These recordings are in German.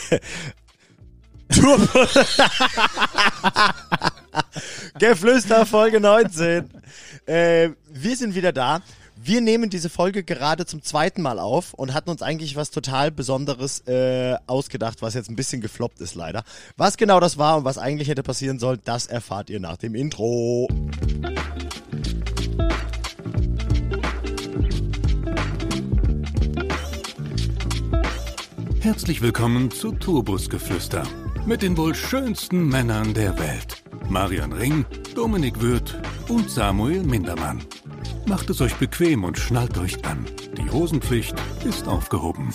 Geflüster, Folge 19. Wir sind wieder da. Wir nehmen diese Folge gerade zum zweiten Mal auf und hatten uns eigentlich was total Besonderes ausgedacht, was jetzt ein bisschen gefloppt ist leider. Was genau das war und was eigentlich hätte passieren sollen, das erfahrt ihr nach dem Intro. Herzlich willkommen zu Tourbusgeflüster mit den wohl schönsten Männern der Welt. Marian Ring, Dominik Würth und Samuel Mindermann. Macht es euch bequem und schnallt euch an. Die Hosenpflicht ist aufgehoben.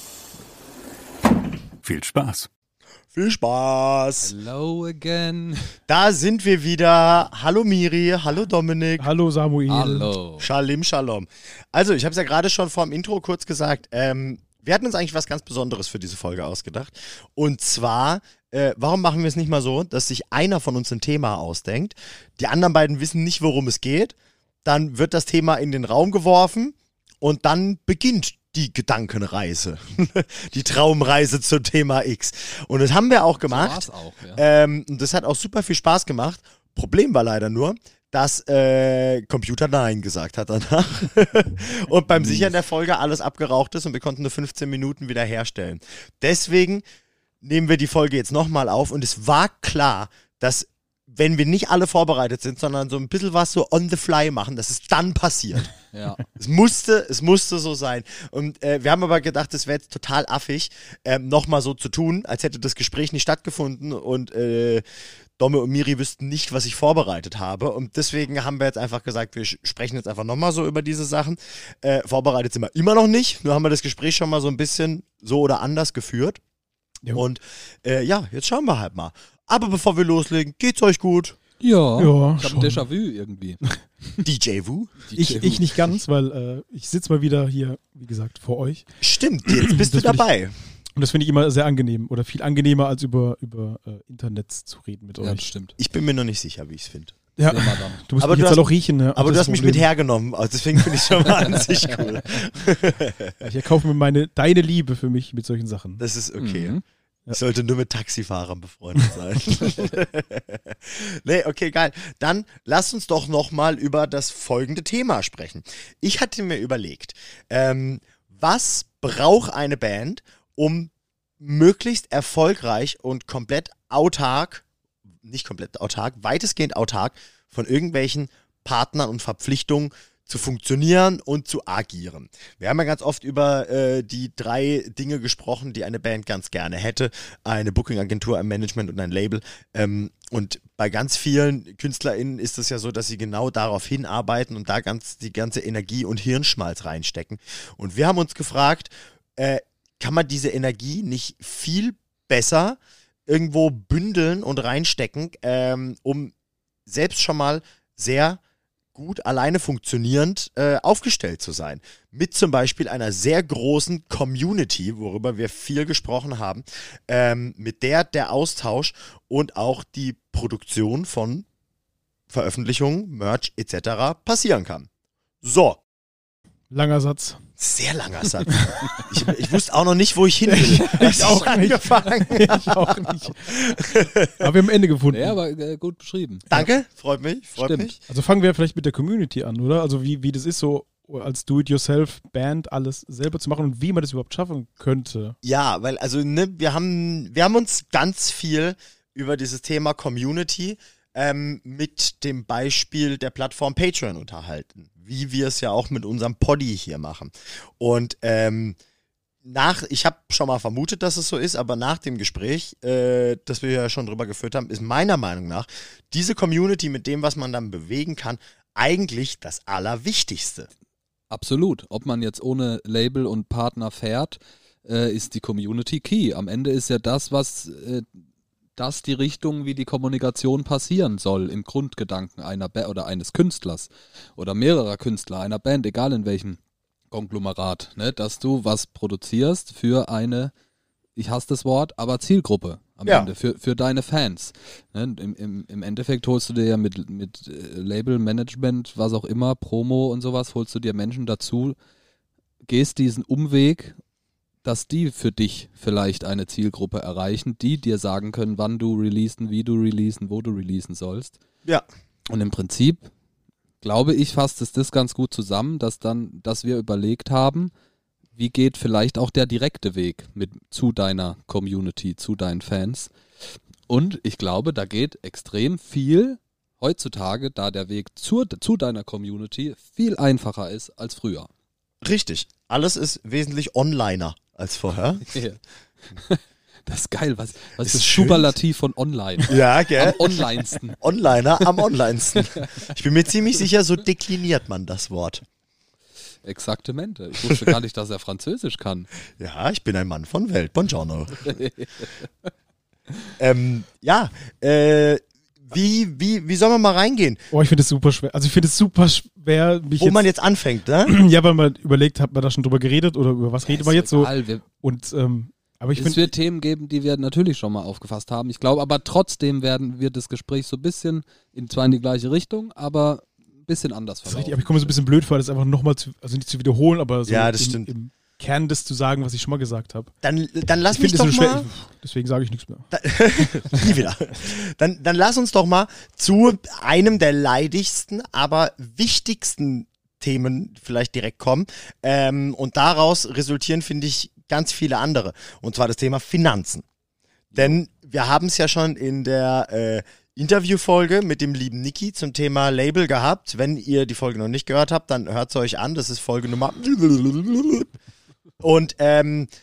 Viel Spaß. Viel Spaß. Hello again. Da sind wir wieder. Hallo Miri, hallo Dominik. Hallo Samuel. Hallo. Shalom, Shalom. Also, ich habe es ja gerade schon vor dem Intro kurz gesagt. Wir hatten uns eigentlich was ganz Besonderes für diese Folge ausgedacht. Und zwar, warum machen wir es nicht mal so, dass sich einer von uns ein Thema ausdenkt, die anderen beiden wissen nicht, worum es geht, dann wird das Thema in den Raum geworfen und dann beginnt die Gedankenreise, die Traumreise zum Thema X. Und das haben wir auch gemacht. So war's auch, ja. Und das hat auch super viel Spaß gemacht. Problem war leider nur, dass Computer Nein gesagt hat danach und beim Sichern der Folge alles abgeraucht ist und wir konnten nur 15 Minuten wieder herstellen. Deswegen nehmen wir die Folge jetzt nochmal auf und es war klar, dass wenn wir nicht alle vorbereitet sind, sondern so ein bisschen was so on the fly machen, dass es dann passiert. Ja. Es musste so sein. Und wir haben aber gedacht, es wäre jetzt total affig, nochmal so zu tun, als hätte das Gespräch nicht stattgefunden und Domme und Miri wüssten nicht, was ich vorbereitet habe. Und deswegen haben wir jetzt einfach gesagt, wir sprechen jetzt einfach nochmal so über diese Sachen. Vorbereitet sind wir immer noch nicht. Nur haben wir das Gespräch schon mal so ein bisschen so oder anders geführt. Jo. Und jetzt schauen wir halt mal. Aber bevor wir loslegen, geht's euch gut? Ja, Ja, ich hab schon. ein Déjà-vu irgendwie. DJ Wu? Ich nicht ganz, weil ich sitze mal wieder hier, wie gesagt, vor euch. Stimmt, jetzt bist du Das will dabei. Und das finde ich immer sehr angenehm oder viel angenehmer, als über Internet zu reden mit Ja, euch. das stimmt. Ich bin mir noch nicht sicher, wie ich es finde. Ja, Immer dann. du musst Aber mich du jetzt hast- halt auch riechen. Ne? Aber Das du hast ist mich das mit Problem. hergenommen, also deswegen finde ich schon mal an sich cool. Ich erkaufe mir deine Liebe für mich mit solchen Sachen. Das ist okay. Mhm. Ich sollte nur mit Taxifahrern befreundet sein. Nee, okay, geil. Dann lasst uns doch nochmal über das folgende Thema sprechen. Ich hatte mir überlegt, was braucht eine Band, um möglichst erfolgreich und komplett autark, nicht komplett autark, weitestgehend autark von irgendwelchen Partnern und Verpflichtungen zu funktionieren und zu agieren. Wir haben ja ganz oft über die 3 Dinge gesprochen, die eine Band ganz gerne hätte. Eine Booking-Agentur, ein Management und ein Label. Und bei ganz vielen KünstlerInnen ist es ja so, dass sie genau darauf hinarbeiten und da die ganze Energie und Hirnschmalz reinstecken. Und wir haben uns gefragt, kann man diese Energie nicht viel besser irgendwo bündeln und reinstecken, um selbst schon mal sehr gut alleine funktionierend aufgestellt zu sein. Mit zum Beispiel einer sehr großen Community, worüber wir viel gesprochen haben, mit der Austausch und auch die Produktion von Veröffentlichungen, Merch etc. passieren kann. So, Langer Satz. sehr langer Satz. Ich wusste auch noch nicht, wo ich hin will. Ich auch nicht. Ich auch nicht. Aber wir haben ein Ende gefunden. Ja, aber gut beschrieben. Danke, freut mich. Stimmt. Also fangen wir vielleicht mit der Community an, oder? Also wie das ist, so als Do-it-yourself-Band alles selber zu machen und wie man das überhaupt schaffen könnte. Ja, weil wir haben uns ganz viel über dieses Thema Community mit dem Beispiel der Plattform Patreon unterhalten, wie wir es ja auch mit unserem Poddy hier machen. Und ich habe schon mal vermutet, dass es so ist, aber nach dem Gespräch, das wir ja schon drüber geführt haben, ist meiner Meinung nach diese Community mit dem, was man dann bewegen kann, eigentlich das Allerwichtigste. Absolut. Ob man jetzt ohne Label und Partner fährt, ist die Community key. Am Ende ist ja das, was das die Richtung, wie die Kommunikation passieren soll, im Grundgedanken einer Band oder eines Künstlers oder mehrerer Künstler, einer Band, egal in welchem Konglomerat, ne? Dass du was produzierst für eine, ich hasse das Wort, aber Zielgruppe am Ende, für deine Fans. Ne? Im Endeffekt holst du dir ja mit Label, Management, was auch immer, Promo und sowas, holst du dir Menschen dazu, gehst diesen Umweg, dass die für dich vielleicht eine Zielgruppe erreichen, die dir sagen können, wann du releasen, wie du releasen, wo du releasen sollst. Ja. Und im Prinzip, glaube ich, fasst es das ganz gut zusammen, dass wir überlegt haben, wie geht vielleicht auch der direkte Weg zu deiner Community, zu deinen Fans. Und ich glaube, da geht extrem viel heutzutage, da der Weg zu deiner Community viel einfacher ist als früher. Richtig. Alles ist wesentlich onliner als vorher. Das ist geil. Was ist das schön. Superlativ von online? Ja, gell? Am onlinesten. Onliner am onlinesten. Ich bin mir ziemlich sicher, so dekliniert man das Wort. Exaktamente. Ich wusste gar nicht, dass er Französisch kann. Ja, ich bin ein Mann von Welt. Buongiorno. Wie soll man mal reingehen? Oh, ich finde es super schwer. Also ich finde es super schwer, Wo man jetzt anfängt, ne? Ja, weil man überlegt, hat man da schon drüber geredet oder über was redet man jetzt so? Und aber ich es finde, wird Themen geben, die wir natürlich schon mal aufgefasst haben. Ich glaube aber trotzdem wird das Gespräch so ein bisschen zwar in die gleiche Richtung, aber ein bisschen anders das ist verlaufen. richtig, aber ich komme mir so ein bisschen blöd vor, das einfach nochmal also nicht zu wiederholen, aber so Ja, das stimmt. im Kern das zu sagen, was ich schon mal gesagt habe. Dann lass Ich mich finde doch es so mal... schwer, deswegen sage ich nichts mehr. Nie wieder. Dann lass uns doch mal zu einem der leidigsten, aber wichtigsten Themen vielleicht direkt kommen. Und daraus resultieren, finde ich, ganz viele andere. Und zwar das Thema Finanzen. Denn wir haben es ja schon in der Interviewfolge mit dem lieben Niki zum Thema Label gehabt. Wenn ihr die Folge noch nicht gehört habt, dann hört es euch an. Das ist Folge Nummer... Und wir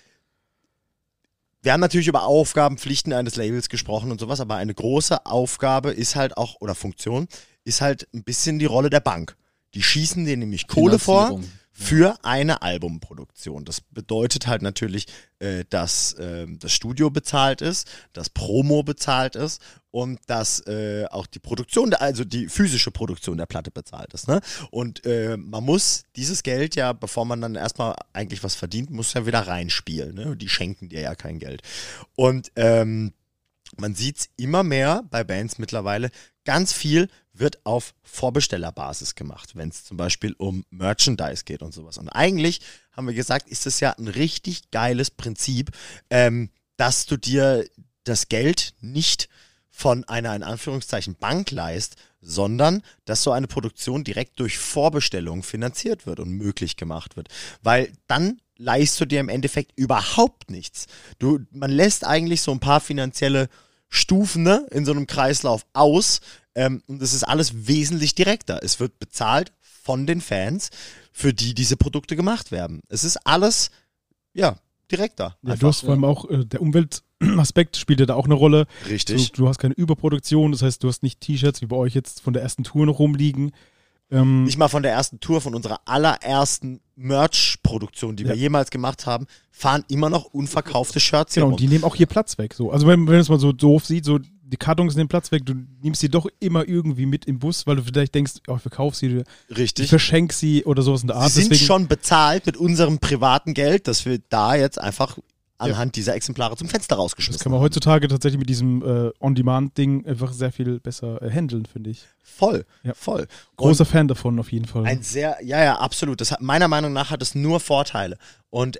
haben natürlich über Aufgaben, Pflichten eines Labels gesprochen und sowas, aber eine große Aufgabe ist halt auch, oder Funktion, ist halt ein bisschen die Rolle der Bank. Die schießen dir nämlich Kohle vor Finanzierung. für eine Albumproduktion. Das bedeutet halt natürlich, dass das Studio bezahlt ist, dass Promo bezahlt ist und dass auch die Produktion, also die physische Produktion der Platte bezahlt ist. Ne? Und man muss dieses Geld ja, bevor man dann erstmal eigentlich was verdient, muss ja wieder reinspielen. Ne? Die schenken dir ja kein Geld. Und man sieht es immer mehr bei Bands mittlerweile, ganz viel wird auf Vorbestellerbasis gemacht, wenn es zum Beispiel um Merchandise geht und sowas. Und eigentlich, haben wir gesagt, ist es ja ein richtig geiles Prinzip, dass du dir das Geld nicht von einer, in Anführungszeichen, Bank leist, sondern dass so eine Produktion direkt durch Vorbestellung finanziert wird und möglich gemacht wird. Weil dann leistest du dir im Endeffekt überhaupt nichts. Man lässt eigentlich so ein paar finanzielle Stufen, ne, in so einem Kreislauf aus, und es ist alles wesentlich direkter. Es wird bezahlt von den Fans, für die diese Produkte gemacht werden. Es ist alles, ja, direkter. Ja, du hast vor allem auch, der Umweltaspekt spielt ja da auch eine Rolle. Richtig. Du hast keine Überproduktion, das heißt, du hast nicht T-Shirts wie bei euch jetzt von der ersten Tour noch rumliegen. Nicht mal von der ersten Tour, von unserer allerersten Merch-Produktion, die wir jemals gemacht haben, fahren immer noch unverkaufte Shirts hier Genau, rum. und die nehmen auch hier Platz weg. So. Also wenn man es mal so doof sieht, so die Kartons nehmen Platz weg, du nimmst sie doch immer irgendwie mit im Bus, weil du vielleicht denkst, oh, ich verkaufe sie, Richtig. ich verschenke sie oder sowas in der Art. Sie sind Deswegen, schon bezahlt mit unserem privaten Geld, dass wir da jetzt einfach anhand dieser Exemplare zum Fenster das rausgeschmissen kann man heutzutage tatsächlich mit diesem On-Demand-Ding einfach sehr viel besser handeln, finde ich. Voll, Ja. voll. Großer Fan davon auf jeden Fall. Ein sehr, ja, absolut. Meiner Meinung nach hat es nur Vorteile. Und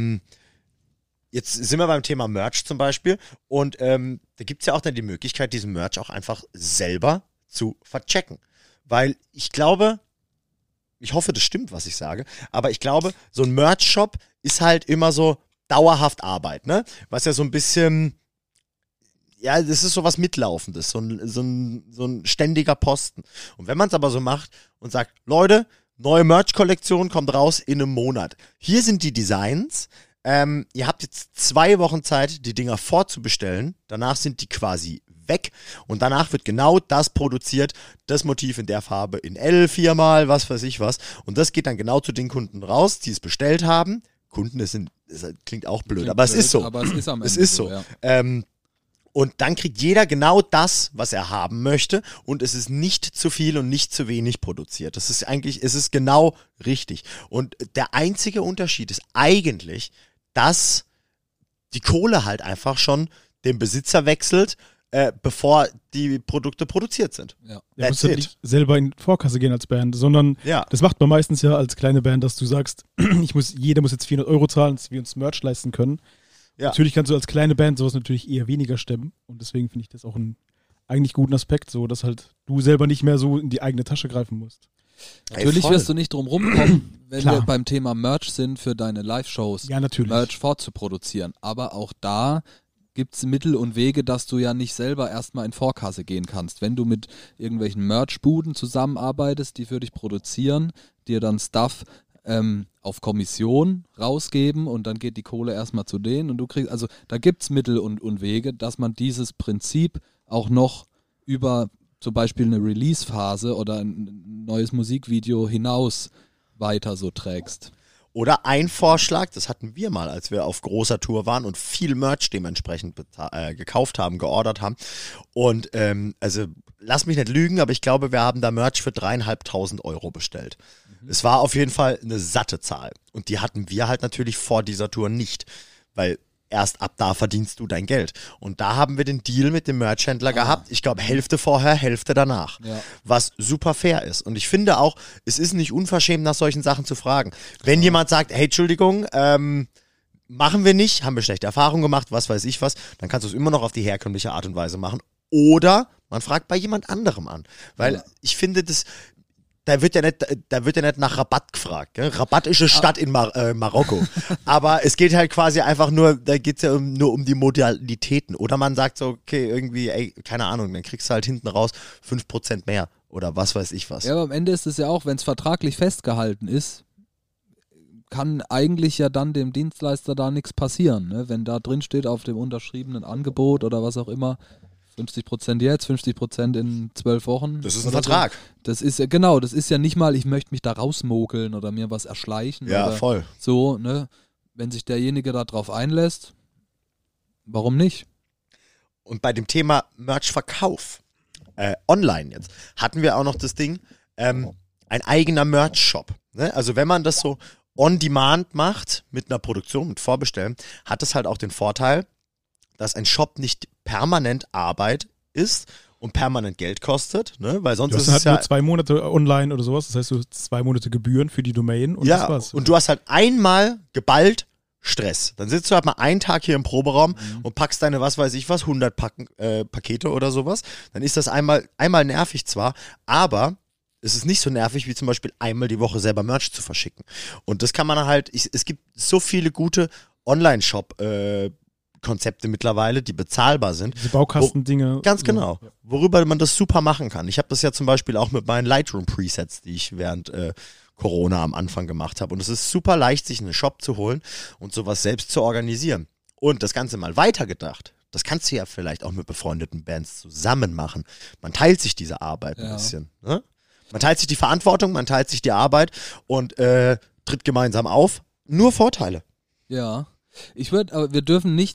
jetzt sind wir beim Thema Merch zum Beispiel. Und da gibt es ja auch dann die Möglichkeit, diesen Merch auch einfach selber zu verchecken. Weil ich glaube, ich hoffe, das stimmt, was ich sage, aber ich glaube, so ein Merch-Shop ist halt immer so dauerhaft Arbeit, ne? Was ja so ein bisschen, ja, das ist so was Mitlaufendes, so ein ständiger Posten. Und wenn man es aber so macht und sagt, Leute, neue Merch-Kollektion kommt raus in einem Monat. Hier sind die Designs. Ihr habt jetzt 2 Wochen Zeit, die Dinger vorzubestellen. Danach sind die quasi weg. Und danach wird genau das produziert. Das Motiv in der Farbe in L 4-mal, was weiß ich was. Und das geht dann genau zu den Kunden raus, die es bestellt haben. Kunden, das klingt auch blöd, aber es ist so. Aber es ist am Ende Es ist so. ja. Und dann kriegt jeder genau das, was er haben möchte, und es ist nicht zu viel und nicht zu wenig produziert. Das ist eigentlich, es ist genau richtig. Und der einzige Unterschied ist eigentlich, dass die Kohle halt einfach schon dem Besitzer wechselt, bevor die Produkte produziert sind. Ja. Ja, du musst halt nicht selber in Vorkasse gehen als Band, sondern das macht man meistens ja als kleine Band, dass du sagst, jeder muss jetzt 400 € zahlen, dass wir uns Merch leisten können. Ja. Natürlich kannst du als kleine Band sowas natürlich eher weniger stemmen und deswegen finde ich das auch einen eigentlich guten Aspekt, so dass halt du selber nicht mehr so in die eigene Tasche greifen musst. Natürlich wirst du nicht drum rumkommen, wenn wir beim Thema Merch sind, für deine Live-Shows Merch vorzuproduzieren. Aber auch da gibt es Mittel und Wege, dass du ja nicht selber erstmal in Vorkasse gehen kannst. Wenn du mit irgendwelchen Merch-Buden zusammenarbeitest, die für dich produzieren, dir dann Stuff auf Kommission rausgeben und dann geht die Kohle erstmal zu denen und du kriegst, also da gibt es Mittel und Wege, dass man dieses Prinzip auch noch über zum Beispiel eine Release-Phase oder ein neues Musikvideo hinaus weiter so trägst. Oder ein Vorschlag, das hatten wir mal, als wir auf großer Tour waren und viel Merch dementsprechend gekauft haben, geordert haben. Und also lass mich nicht lügen, aber ich glaube, wir haben da Merch für 3.500 € bestellt. Es war auf jeden Fall eine satte Zahl. Und die hatten wir halt natürlich vor dieser Tour nicht, weil erst ab da verdienst du dein Geld. Und da haben wir den Deal mit dem Merchhändler gehabt. Ich glaube, Hälfte vorher, Hälfte danach. Ja. Was super fair ist. Und ich finde auch, es ist nicht unverschämt, nach solchen Sachen zu fragen. Wenn jemand sagt, hey, Entschuldigung, machen wir nicht, haben wir schlechte Erfahrungen gemacht, was weiß ich was, dann kannst du es immer noch auf die herkömmliche Art und Weise machen. Oder man fragt bei jemand anderem an. Weil ich finde, da wird ja nicht nach Rabat gefragt. Gell? Rabat ist eine Stadt in Marokko. Aber es geht halt quasi einfach nur, da geht es ja nur um die Modalitäten. Oder man sagt so, okay, irgendwie, ey, keine Ahnung, dann kriegst du halt hinten raus 5% mehr oder was weiß ich was. Ja, aber am Ende ist es ja auch, wenn es vertraglich festgehalten ist, kann eigentlich ja dann dem Dienstleister da nichts passieren. Ne? Wenn da drin steht auf dem unterschriebenen Angebot oder was auch immer, 50% jetzt, 50% in 12 Wochen. Das ist ein Vertrag. So. Das ist ja, genau, das ist ja nicht mal, ich möchte mich da rausmogeln oder mir was erschleichen. Ja, oder voll. So, ne? Wenn sich derjenige da drauf einlässt, warum nicht? Und bei dem Thema Merch-Verkauf, online jetzt, hatten wir auch noch das Ding, ein eigener Merch-Shop. Ne? Also wenn man das so on-demand macht, mit einer Produktion, mit Vorbestellen, hat es halt auch den Vorteil, dass ein Shop nicht permanent Arbeit ist und permanent Geld kostet, ne? Weil sonst du hast ist halt es ja nur 2 Monate online oder sowas, das heißt, du hast 2 Monate Gebühren für die Domain und das war's. Und du hast halt einmal geballt Stress. Dann sitzt du halt mal einen Tag hier im Proberaum und packst deine, was weiß ich was, 100 Pakete oder sowas. Dann ist das einmal nervig zwar, aber es ist nicht so nervig, wie zum Beispiel einmal die Woche selber Merch zu verschicken. Und das kann man halt, es gibt so viele gute Online-Shop Konzepte mittlerweile, die bezahlbar sind. Diese Baukastendinge. Ganz genau. Ja. Worüber man das super machen kann. Ich habe das ja zum Beispiel auch mit meinen Lightroom-Presets, die ich während Corona am Anfang gemacht habe. Und es ist super leicht, sich einen Shop zu holen und sowas selbst zu organisieren. Und das Ganze mal weitergedacht. Das kannst du ja vielleicht auch mit befreundeten Bands zusammen machen. Man teilt sich diese Arbeit ein bisschen. Ne? Man teilt sich die Verantwortung, man teilt sich die Arbeit und tritt gemeinsam auf. Nur Vorteile. Ja. Aber wir dürfen nicht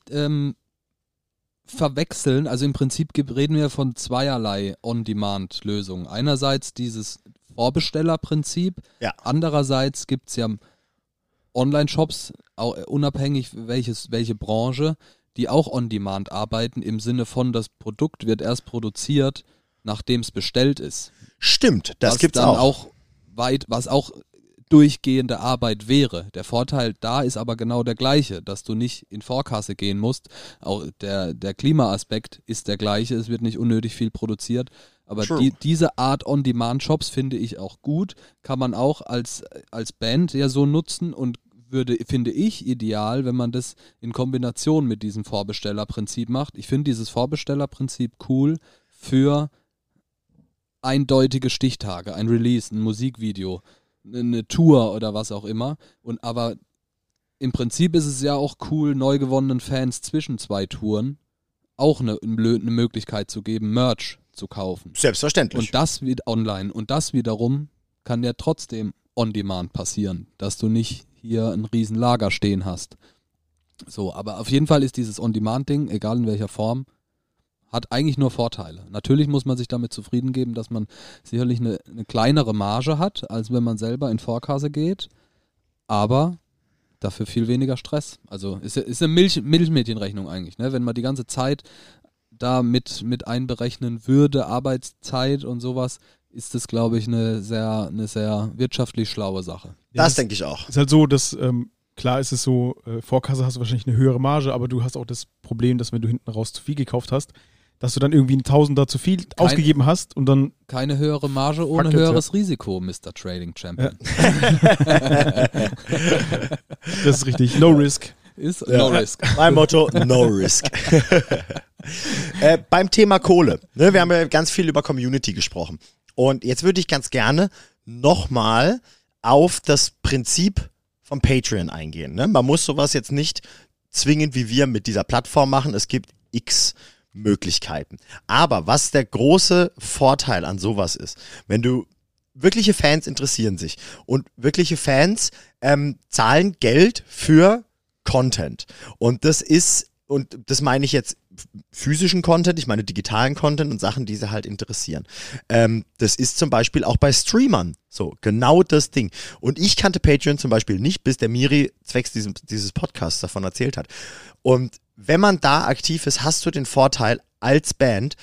verwechseln, also im Prinzip reden wir von zweierlei On-Demand-Lösungen. Einerseits dieses Vorbestellerprinzip, andererseits gibt es ja Online-Shops, unabhängig welche Branche, die auch On-Demand arbeiten, im Sinne von, das Produkt wird erst produziert, nachdem es bestellt ist. Stimmt, das gibt's auch. Was auch durchgehende Arbeit wäre. Der Vorteil da ist aber genau der gleiche, dass du nicht in Vorkasse gehen musst. Auch der Klimaaspekt ist der gleiche, es wird nicht unnötig viel produziert. Aber diese Art On-Demand-Shops finde ich auch gut, kann man auch als Band ja so nutzen und finde ich ideal, wenn man das in Kombination mit diesem Vorbestellerprinzip macht. Ich finde dieses Vorbestellerprinzip cool für eindeutige Stichtage, ein Release, ein Musikvideo, eine Tour oder was auch immer. Aber im Prinzip ist es ja auch cool, neu gewonnenen Fans zwischen 2 Touren auch eine Möglichkeit zu geben, Merch zu kaufen. Selbstverständlich. Und das wird online. Und das wiederum kann ja trotzdem on-demand passieren, dass du nicht hier ein riesen Lager stehen hast. So, aber auf jeden Fall ist dieses On-Demand-Ding, egal in welcher Form, hat eigentlich nur Vorteile. Natürlich muss man sich damit zufrieden geben, dass man sicherlich eine kleinere Marge hat, als wenn man selber in Vorkasse geht, aber dafür viel weniger Stress. Also ist eine Milchmädchenrechnung eigentlich, ne? Wenn man die ganze Zeit da mit einberechnen würde, Arbeitszeit und sowas, ist das, glaube ich, eine sehr wirtschaftlich schlaue Sache. Das denke ich auch. Ist halt so, dass klar ist es so, Vorkasse hast du wahrscheinlich eine höhere Marge, aber du hast auch das Problem, dass wenn du hinten raus zu viel gekauft hast, dass du dann irgendwie ein Tausender zu viel ausgegeben hast und dann... Keine höhere Marge ohne höheres Risiko, Mr. Trading Champion. Ja. Das ist richtig. No risk. Ist no risk. Mein Motto, no risk. Beim Thema Kohle. Ne, wir haben ja ganz viel über Community gesprochen. Und jetzt würde ich ganz gerne nochmal auf das Prinzip vom Patreon eingehen. Ne? Man muss sowas jetzt nicht zwingend wie wir mit dieser Plattform machen. Es gibt x Möglichkeiten. Aber was der große Vorteil an sowas ist, wenn du wirkliche Fans interessieren sich und wirkliche Fans zahlen Geld für Content. Und das meine ich jetzt physischen Content, ich meine digitalen Content und Sachen, die sie halt interessieren. Das ist zum Beispiel auch bei Streamern so, genau das Ding. Und ich kannte Patreon zum Beispiel nicht, bis der Miri zwecks dieses Podcasts davon erzählt hat. Und wenn man da aktiv ist, hast du den Vorteil als Band,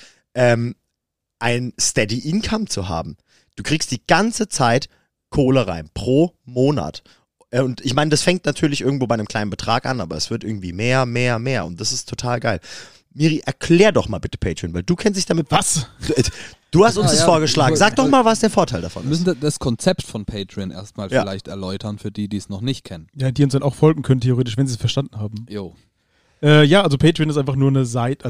ein Steady Income zu haben. Du kriegst die ganze Zeit Kohle rein, pro Monat. Und ich meine, das fängt natürlich irgendwo bei einem kleinen Betrag an, aber es wird irgendwie mehr. Und das ist total geil. Miri, erklär doch mal bitte Patreon, weil du kennst dich damit... Was? Du hast uns das vorgeschlagen. Sag doch mal, was der Vorteil davon ist. Wir müssen das Konzept von Patreon erstmal vielleicht erläutern, für die es noch nicht kennen. Ja, die uns dann auch folgen können, theoretisch, wenn sie es verstanden haben. Jo. Ja, also Patreon ist einfach nur eine Seite,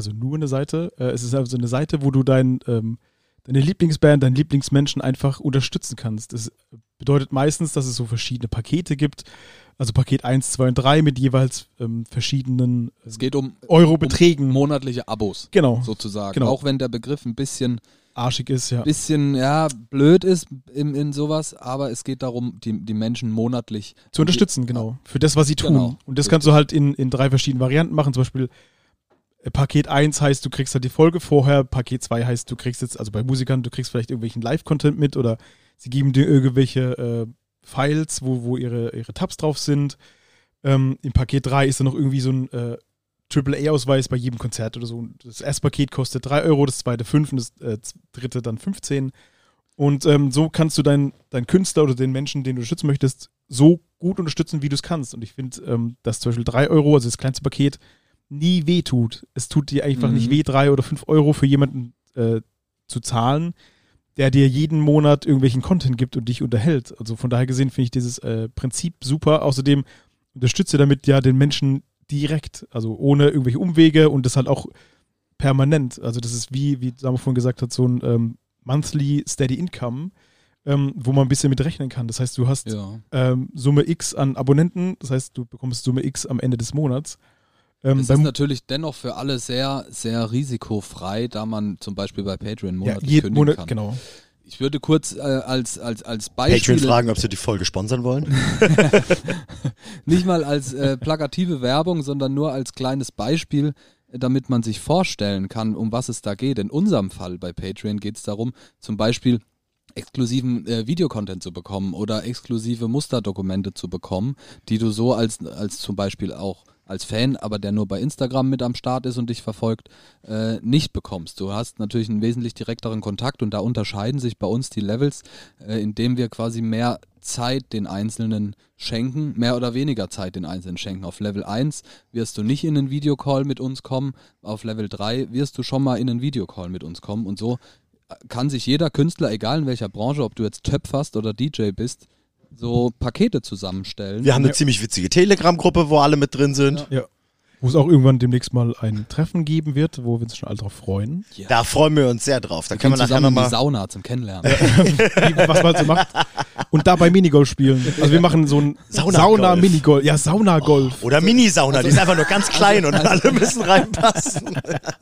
es ist also eine Seite, wo du deine Lieblingsband, deinen Lieblingsmenschen einfach unterstützen kannst. Das bedeutet meistens, dass es so verschiedene Pakete gibt, also Paket 1, 2 und 3 mit jeweils verschiedenen es geht um Eurobeträgen. Monatliche Abos. Genau. Sozusagen. Genau. Auch wenn der Begriff ein bisschen arschig ist, ja. Bisschen, blöd ist in sowas, aber es geht darum, die Menschen monatlich zu unterstützen, genau. Für das, was sie tun. Genau. Und das kannst du halt in 3 verschiedenen Varianten machen. Zum Beispiel Paket 1 heißt, du kriegst halt die Folge vorher. Paket 2 heißt, du kriegst jetzt, also bei Musikern, du kriegst vielleicht irgendwelchen Live-Content mit oder sie geben dir irgendwelche Files, wo ihre Tabs drauf sind. Im Paket 3 ist dann noch irgendwie so ein AAA-Ausweis bei jedem Konzert oder so. Das erste Paket kostet 3 Euro, das zweite 5 und das dritte dann 15. Und so kannst du deinen Künstler oder den Menschen, den du unterstützen möchtest, so gut unterstützen, wie du es kannst. Und ich finde, dass zum Beispiel 3 Euro, also das kleinste Paket, nie weh tut. Es tut dir einfach nicht weh, 3 oder 5 Euro für jemanden zu zahlen, der dir jeden Monat irgendwelchen Content gibt und dich unterhält. Also von daher gesehen finde ich dieses Prinzip super. Außerdem unterstütze damit ja den Menschen direkt, also ohne irgendwelche Umwege und das halt auch permanent. Also das ist wie Samu vorhin gesagt hat, so ein Monthly Steady Income, wo man ein bisschen mit rechnen kann. Das heißt, du hast Summe X an Abonnenten, das heißt, du bekommst Summe X am Ende des Monats. Es ist natürlich dennoch für alle sehr, sehr risikofrei, da man zum Beispiel bei Patreon monatlich kündigen kann. Genau. Ich würde kurz als Beispiel... Patreon fragen, ob sie die Folge sponsern wollen? Nicht mal als plakative Werbung, sondern nur als kleines Beispiel, damit man sich vorstellen kann, um was es da geht. In unserem Fall bei Patreon geht es darum, zum Beispiel exklusiven Videocontent zu bekommen oder exklusive Musterdokumente zu bekommen, die du so als zum Beispiel auch als Fan, aber der nur bei Instagram mit am Start ist und dich verfolgt, nicht bekommst. Du hast natürlich einen wesentlich direkteren Kontakt und da unterscheiden sich bei uns die Levels, indem wir quasi mehr Zeit den Einzelnen schenken, mehr oder weniger Zeit den Einzelnen schenken. Auf Level 1 wirst du nicht in einen Videocall mit uns kommen, auf Level 3 wirst du schon mal in einen Videocall mit uns kommen und so kann sich jeder Künstler, egal in welcher Branche, ob du jetzt töpferst oder DJ bist, so Pakete zusammenstellen. Wir haben eine ziemlich witzige Telegram-Gruppe, wo alle mit drin sind. Ja. Wo es auch irgendwann demnächst mal ein Treffen geben wird, wo wir uns schon alle drauf freuen. Ja. Da freuen wir uns sehr drauf. Da können wir nachher nochmal... in die Sauna zum Kennenlernen. Was man so macht. Und dabei Minigolf spielen. Also wir machen so ein Sauna-Minigolf. Ja, Saunagolf. Oder Minisauna, die ist einfach nur ganz klein und alle müssen reinpassen.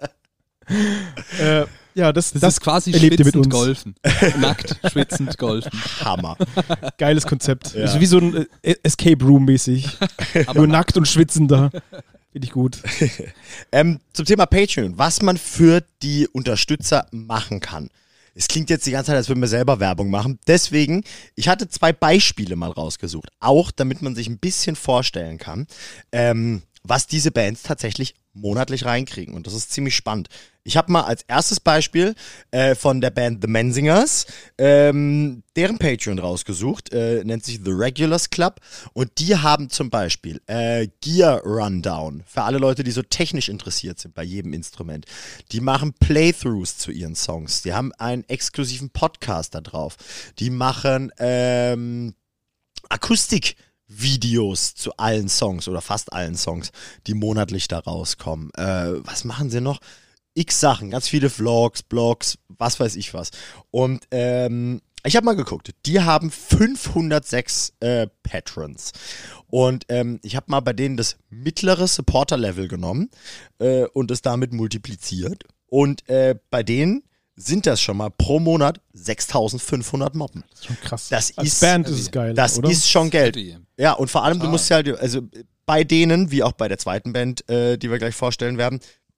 Ja, das ist quasi schwitzend golfen. Nackt, schwitzend golfen. Hammer. Geiles Konzept. Ja. Also wie so ein Escape Room mäßig. Nur nackt und schwitzender. Finde ich gut. Zum Thema Patreon, was man für die Unterstützer machen kann. Es klingt jetzt die ganze Zeit, als würden wir selber Werbung machen. Deswegen, ich hatte 2 Beispiele mal rausgesucht. Auch, damit man sich ein bisschen vorstellen kann. was diese Bands tatsächlich monatlich reinkriegen. Und das ist ziemlich spannend. Ich habe mal als erstes Beispiel von der Band The Menzingers deren Patreon rausgesucht, nennt sich The Regulars Club. Und die haben zum Beispiel Gear Rundown für alle Leute, die so technisch interessiert sind bei jedem Instrument. Die machen Playthroughs zu ihren Songs. Die haben einen exklusiven Podcast da drauf. Die machen Akustikvideos zu allen Songs oder fast allen Songs, die monatlich da rauskommen. Was machen sie noch? X Sachen, ganz viele Vlogs, Blogs, was weiß ich was. Und ich habe mal geguckt, die haben 506 Patrons. Und ich habe mal bei denen das mittlere Supporter-Level genommen und es damit multipliziert. Und bei denen sind das schon mal pro Monat 6.500 Moppen. Das ist schon krass. Das Als ist, Band ist es geil, das oder? ist schon Geld. Ja, und vor allem, du musst ja halt, also bei denen, wie auch bei der zweiten Band, die wir gleich vorstellen werden,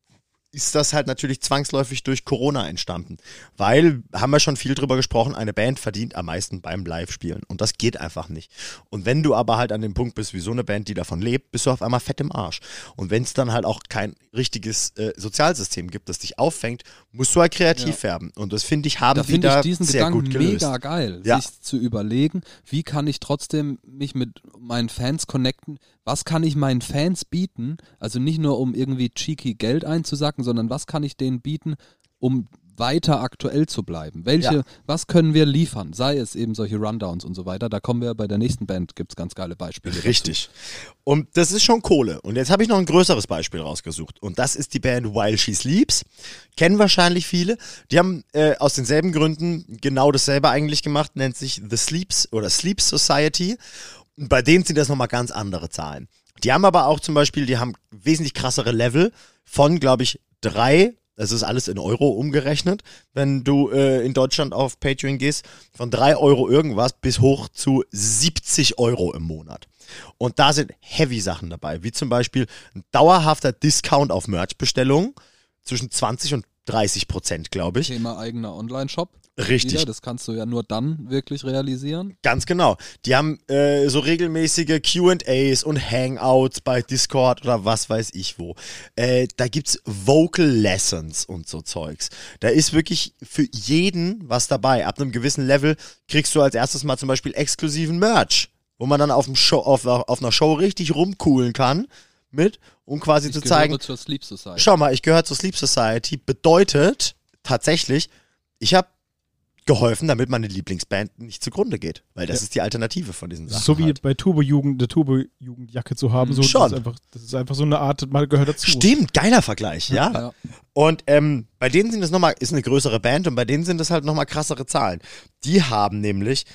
ist das halt natürlich zwangsläufig durch Corona entstanden. Weil, haben wir schon viel drüber gesprochen, eine Band verdient am meisten beim Live-Spielen. Und das geht einfach nicht. Und wenn du aber halt an dem Punkt bist, wie so eine Band, die davon lebt, bist du auf einmal fett im Arsch. Und wenn es dann halt auch kein richtiges Sozialsystem gibt, das dich auffängt, musst du halt kreativ werden. Und das finde ich, haben die da diesen sehr Gedanken gut gelöst. mega geil, Ja. sich zu überlegen, wie kann ich trotzdem mich mit meinen Fans connecten, was kann ich meinen Fans bieten, also nicht nur um irgendwie cheeky Geld einzusacken, sondern was kann ich denen bieten, um weiter aktuell zu bleiben? Was können wir liefern? Sei es eben solche Rundowns und so weiter. Da kommen wir bei der nächsten Band, gibt es ganz geile Beispiele. Richtig. Und das ist schon Kohle. Und jetzt habe ich noch ein größeres Beispiel rausgesucht. Und das ist die Band While She Sleeps. Kennen wahrscheinlich viele. Die haben aus denselben Gründen genau dasselbe eigentlich gemacht. Nennt sich The Sleeps oder Sleep Society. Und bei denen sind das nochmal ganz andere Zahlen. Die haben aber auch zum Beispiel, die haben wesentlich krassere Level von, glaube ich, 3, das ist alles in Euro umgerechnet, wenn du in Deutschland auf Patreon gehst, von 3 Euro irgendwas bis hoch zu 70 Euro im Monat. Und da sind heavy Sachen dabei, wie zum Beispiel ein dauerhafter Discount auf Merch-Bestellungen zwischen 20 und 30%, glaube ich. Thema eigener Online-Shop. Richtig. Wieder, das kannst du ja nur dann wirklich realisieren. Ganz genau. Die haben so regelmäßige Q&As und Hangouts bei Discord oder was weiß ich wo. Da gibt's Vocal Lessons und so Zeugs. Da ist wirklich für jeden was dabei. Ab einem gewissen Level kriegst du als erstes mal zum Beispiel exklusiven Merch, wo man dann auf einer Show richtig rumcoolen kann mit, um quasi zu zeigen, zur Sleep Society. Schau mal, ich gehöre zur Sleep Society, bedeutet tatsächlich, ich habe geholfen, damit meine Lieblingsband nicht zugrunde geht. Weil das ist die Alternative von diesen Sachen. So wie halt. bei Turbo-Jugend, eine Turbo-Jugendjacke zu haben. So, Schon. Das ist einfach so eine Art, man gehört dazu. Stimmt, geiler Vergleich, ja. Ja. Und bei denen sind das nochmal, ist eine größere Band und bei denen sind das halt nochmal krassere Zahlen. Die haben nämlich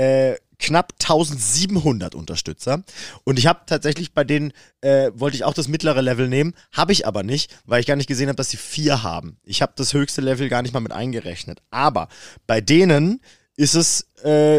knapp 1700 Unterstützer und ich habe tatsächlich bei denen, wollte ich auch das mittlere Level nehmen, habe ich aber nicht, weil ich gar nicht gesehen habe, dass sie 4 haben. Ich habe das höchste Level gar nicht mal mit eingerechnet. Aber bei denen ist es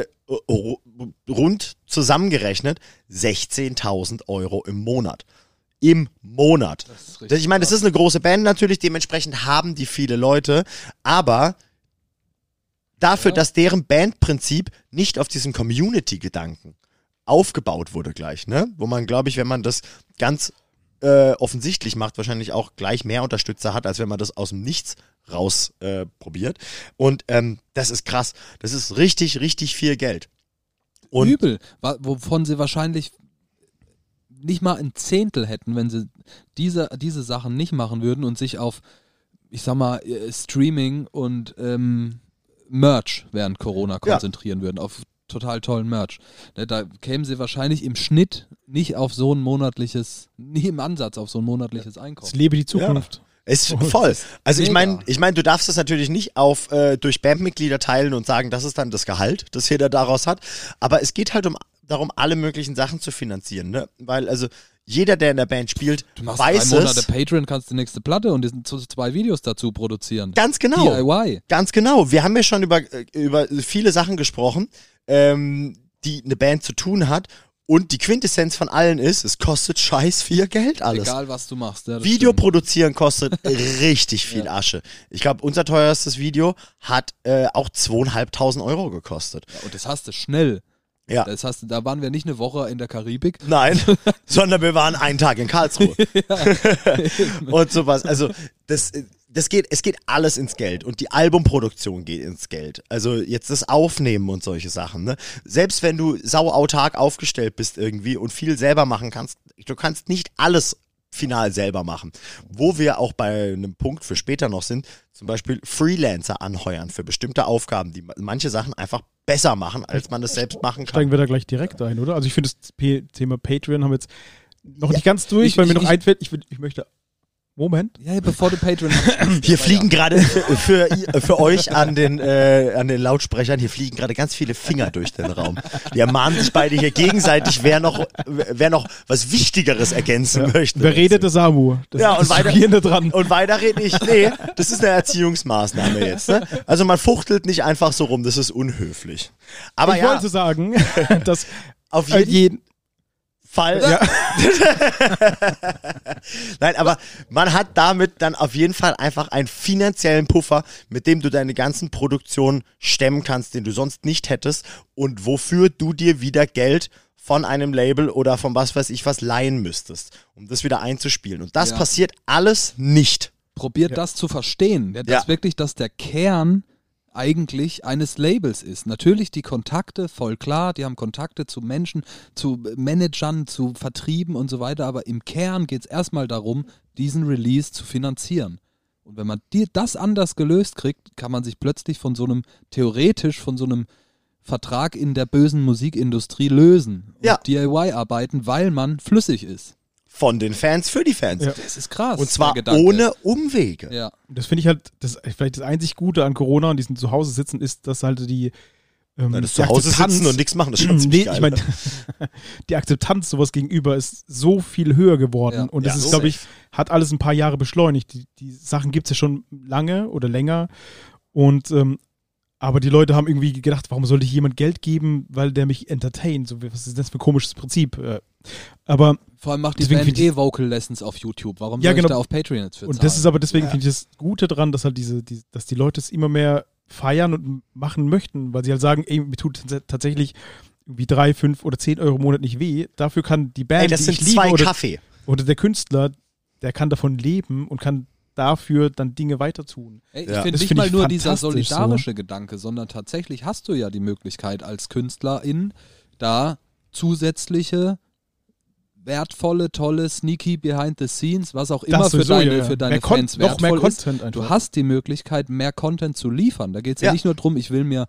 rund zusammengerechnet 16.000 Euro im Monat. Im Monat. Ich meine, das ist eine große Band natürlich, dementsprechend haben die viele Leute, aber dafür, dass deren Bandprinzip nicht auf diesem Community-Gedanken aufgebaut wurde gleich, ne? Wo man, glaube ich, wenn man das ganz offensichtlich macht, wahrscheinlich auch gleich mehr Unterstützer hat, als wenn man das aus dem Nichts raus probiert. Und das ist krass. Das ist richtig, richtig viel Geld. Und übel, wovon sie wahrscheinlich nicht mal ein Zehntel hätten, wenn sie diese Sachen nicht machen würden und sich auf, ich sag mal, Streaming und Merch während Corona konzentrieren würden, auf total tollen Merch. Da kämen sie wahrscheinlich im Schnitt nicht auf so ein monatliches, nie im Ansatz auf so ein monatliches Einkommen. Es lebe die Zukunft. Ja. Ist voll. Also ich meine, du darfst das natürlich nicht durch Bandmitglieder teilen und sagen, das ist dann das Gehalt, das jeder daraus hat. Aber es geht halt darum, alle möglichen Sachen zu finanzieren, ne? Weil also jeder, der in der Band spielt, du machst weiß 3 Monate es. Patreon, kannst die nächste Platte und 2 Videos dazu produzieren. Ganz genau. DIY. Ganz genau. Wir haben ja schon über viele Sachen gesprochen, die eine Band zu tun hat. Und die Quintessenz von allen ist, es kostet scheiß viel Geld alles. Egal, was du machst. Ja, Video stimmt. produzieren kostet richtig viel Asche. Ich glaube, unser teuerstes Video hat auch 2.500 Euro gekostet. Ja, und das hast du schnell. Ja. Das heißt, da waren wir nicht eine Woche in der Karibik. Nein, sondern wir waren einen Tag in Karlsruhe. Und sowas. Also es geht alles ins Geld und die Albumproduktion geht ins Geld. Also jetzt das Aufnehmen und solche Sachen. Ne? Selbst wenn du sauautark aufgestellt bist irgendwie und viel selber machen kannst, du kannst nicht alles final selber machen. Wo wir auch bei einem Punkt für später noch sind, zum Beispiel Freelancer anheuern für bestimmte Aufgaben, die manche Sachen einfach besser machen, als man das selbst machen kann. Steigen wir da gleich direkt ein, oder? Also ich finde das Thema Patreon haben wir jetzt noch nicht ganz durch, weil mir noch einfällt, ich möchte... Moment. Ja, bevor du Patreon hast. Hier fliegen gerade für euch an den Lautsprechern, hier fliegen gerade ganz viele Finger durch den Raum. Die ermahnen sich beide hier gegenseitig, wer noch was Wichtigeres ergänzen möchte. Wer redet, der Samu. Das und weiter rede ich. Nee, das ist eine Erziehungsmaßnahme jetzt. Ne? Also man fuchtelt nicht einfach so rum, das ist unhöflich. Aber ich wollte sagen, dass auf jeden Fall. Ja. Nein, aber man hat damit dann auf jeden Fall einfach einen finanziellen Puffer, mit dem du deine ganzen Produktionen stemmen kannst, den du sonst nicht hättest und wofür du dir wieder Geld von einem Label oder von was weiß ich was leihen müsstest, um das wieder einzuspielen. Und das passiert alles nicht. Probiert das zu verstehen, dass wirklich das der Kern eigentlich eines Labels ist. Natürlich die Kontakte, voll klar, die haben Kontakte zu Menschen, zu Managern, zu Vertrieben und so weiter, aber im Kern geht es erstmal darum, diesen Release zu finanzieren. Und wenn man das anders gelöst kriegt, kann man sich plötzlich theoretisch von so einem Vertrag in der bösen Musikindustrie lösen und DIY arbeiten, weil man flüssig ist. Von den Fans für die Fans. Ja. Das ist krass. Und zwar ohne Umwege. Ja. Das finde ich halt, vielleicht das einzig Gute an Corona und diesem Zuhause sitzen ist, dass halt die das Zuhause sitzen und nichts machen, das ist schon ziemlich geil. Ich meine, die Akzeptanz sowas gegenüber ist so viel höher geworden. Ja. Und das ist, glaube ich, hat alles ein paar Jahre beschleunigt. Die Sachen gibt es ja schon lange oder länger. Und aber die Leute haben irgendwie gedacht, warum sollte ich jemand Geld geben, weil der mich entertaint? So, was ist das für ein komisches Prinzip? Aber vor allem macht die Band Vocal Lessons auf YouTube. Warum soll ich da auf Patreon jetzt für zahlen? Und das ist aber deswegen finde ich das Gute dran, dass halt dass die Leute es immer mehr feiern und machen möchten, weil sie halt sagen, ey, mir tut tatsächlich irgendwie 3, 5 oder 10 Euro im Monat nicht weh. Dafür kann die Band, das sind 2 Kaffee. Oder der Künstler, der kann davon leben und kann dafür dann Dinge weiter tun. Ich finde nicht mal nur dieser solidarische Gedanke, sondern tatsächlich hast du ja die Möglichkeit als Künstlerin da zusätzliche wertvolle, tolle, sneaky behind the scenes, was auch immer für deine Fans wertvoll ist. Du hast die Möglichkeit, mehr Content zu liefern. Da geht es ja nicht nur darum, ich will mir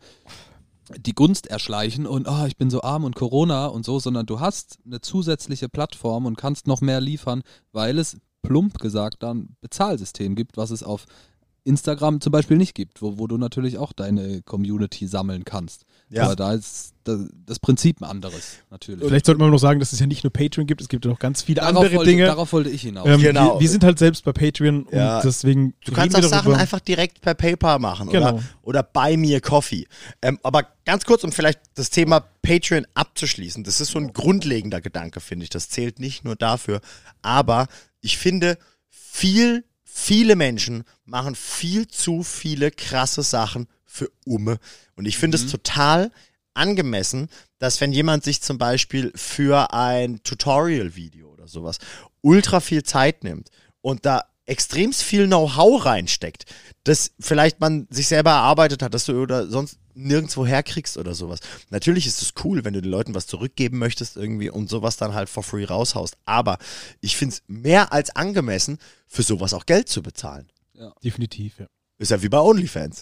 die Gunst erschleichen und ich bin so arm und Corona und so, sondern du hast eine zusätzliche Plattform und kannst noch mehr liefern, weil es plump gesagt dann Bezahlsystem gibt, was es auf Instagram zum Beispiel nicht gibt, wo du natürlich auch deine Community sammeln kannst. Ja. Aber da ist das Prinzip ein anderes, natürlich. Vielleicht sollte man noch sagen, dass es ja nicht nur Patreon gibt, es gibt ja noch ganz viele andere Dinge. Darauf wollte ich hinaus. Genau. Wir sind halt selbst bei Patreon und deswegen... Du kannst auch Sachen einfach direkt per PayPal machen oder Buy Me a Coffee. Aber ganz kurz, um vielleicht das Thema Patreon abzuschließen, das ist so ein grundlegender Gedanke, finde ich. Das zählt nicht nur dafür, aber ich finde, viele Menschen machen viel zu viele krasse Sachen für Umme. Und ich finde es total angemessen, dass wenn jemand sich zum Beispiel für ein Tutorial-Video oder sowas ultra viel Zeit nimmt und da extrem viel Know-how reinsteckt, das vielleicht man sich selber erarbeitet hat, dass du oder sonst nirgendwo herkriegst oder sowas. Natürlich ist es cool, wenn du den Leuten was zurückgeben möchtest irgendwie und sowas dann halt for free raushaust. Aber ich finde es mehr als angemessen, für sowas auch Geld zu bezahlen. Ja. Definitiv, ja. Ist ja wie bei OnlyFans.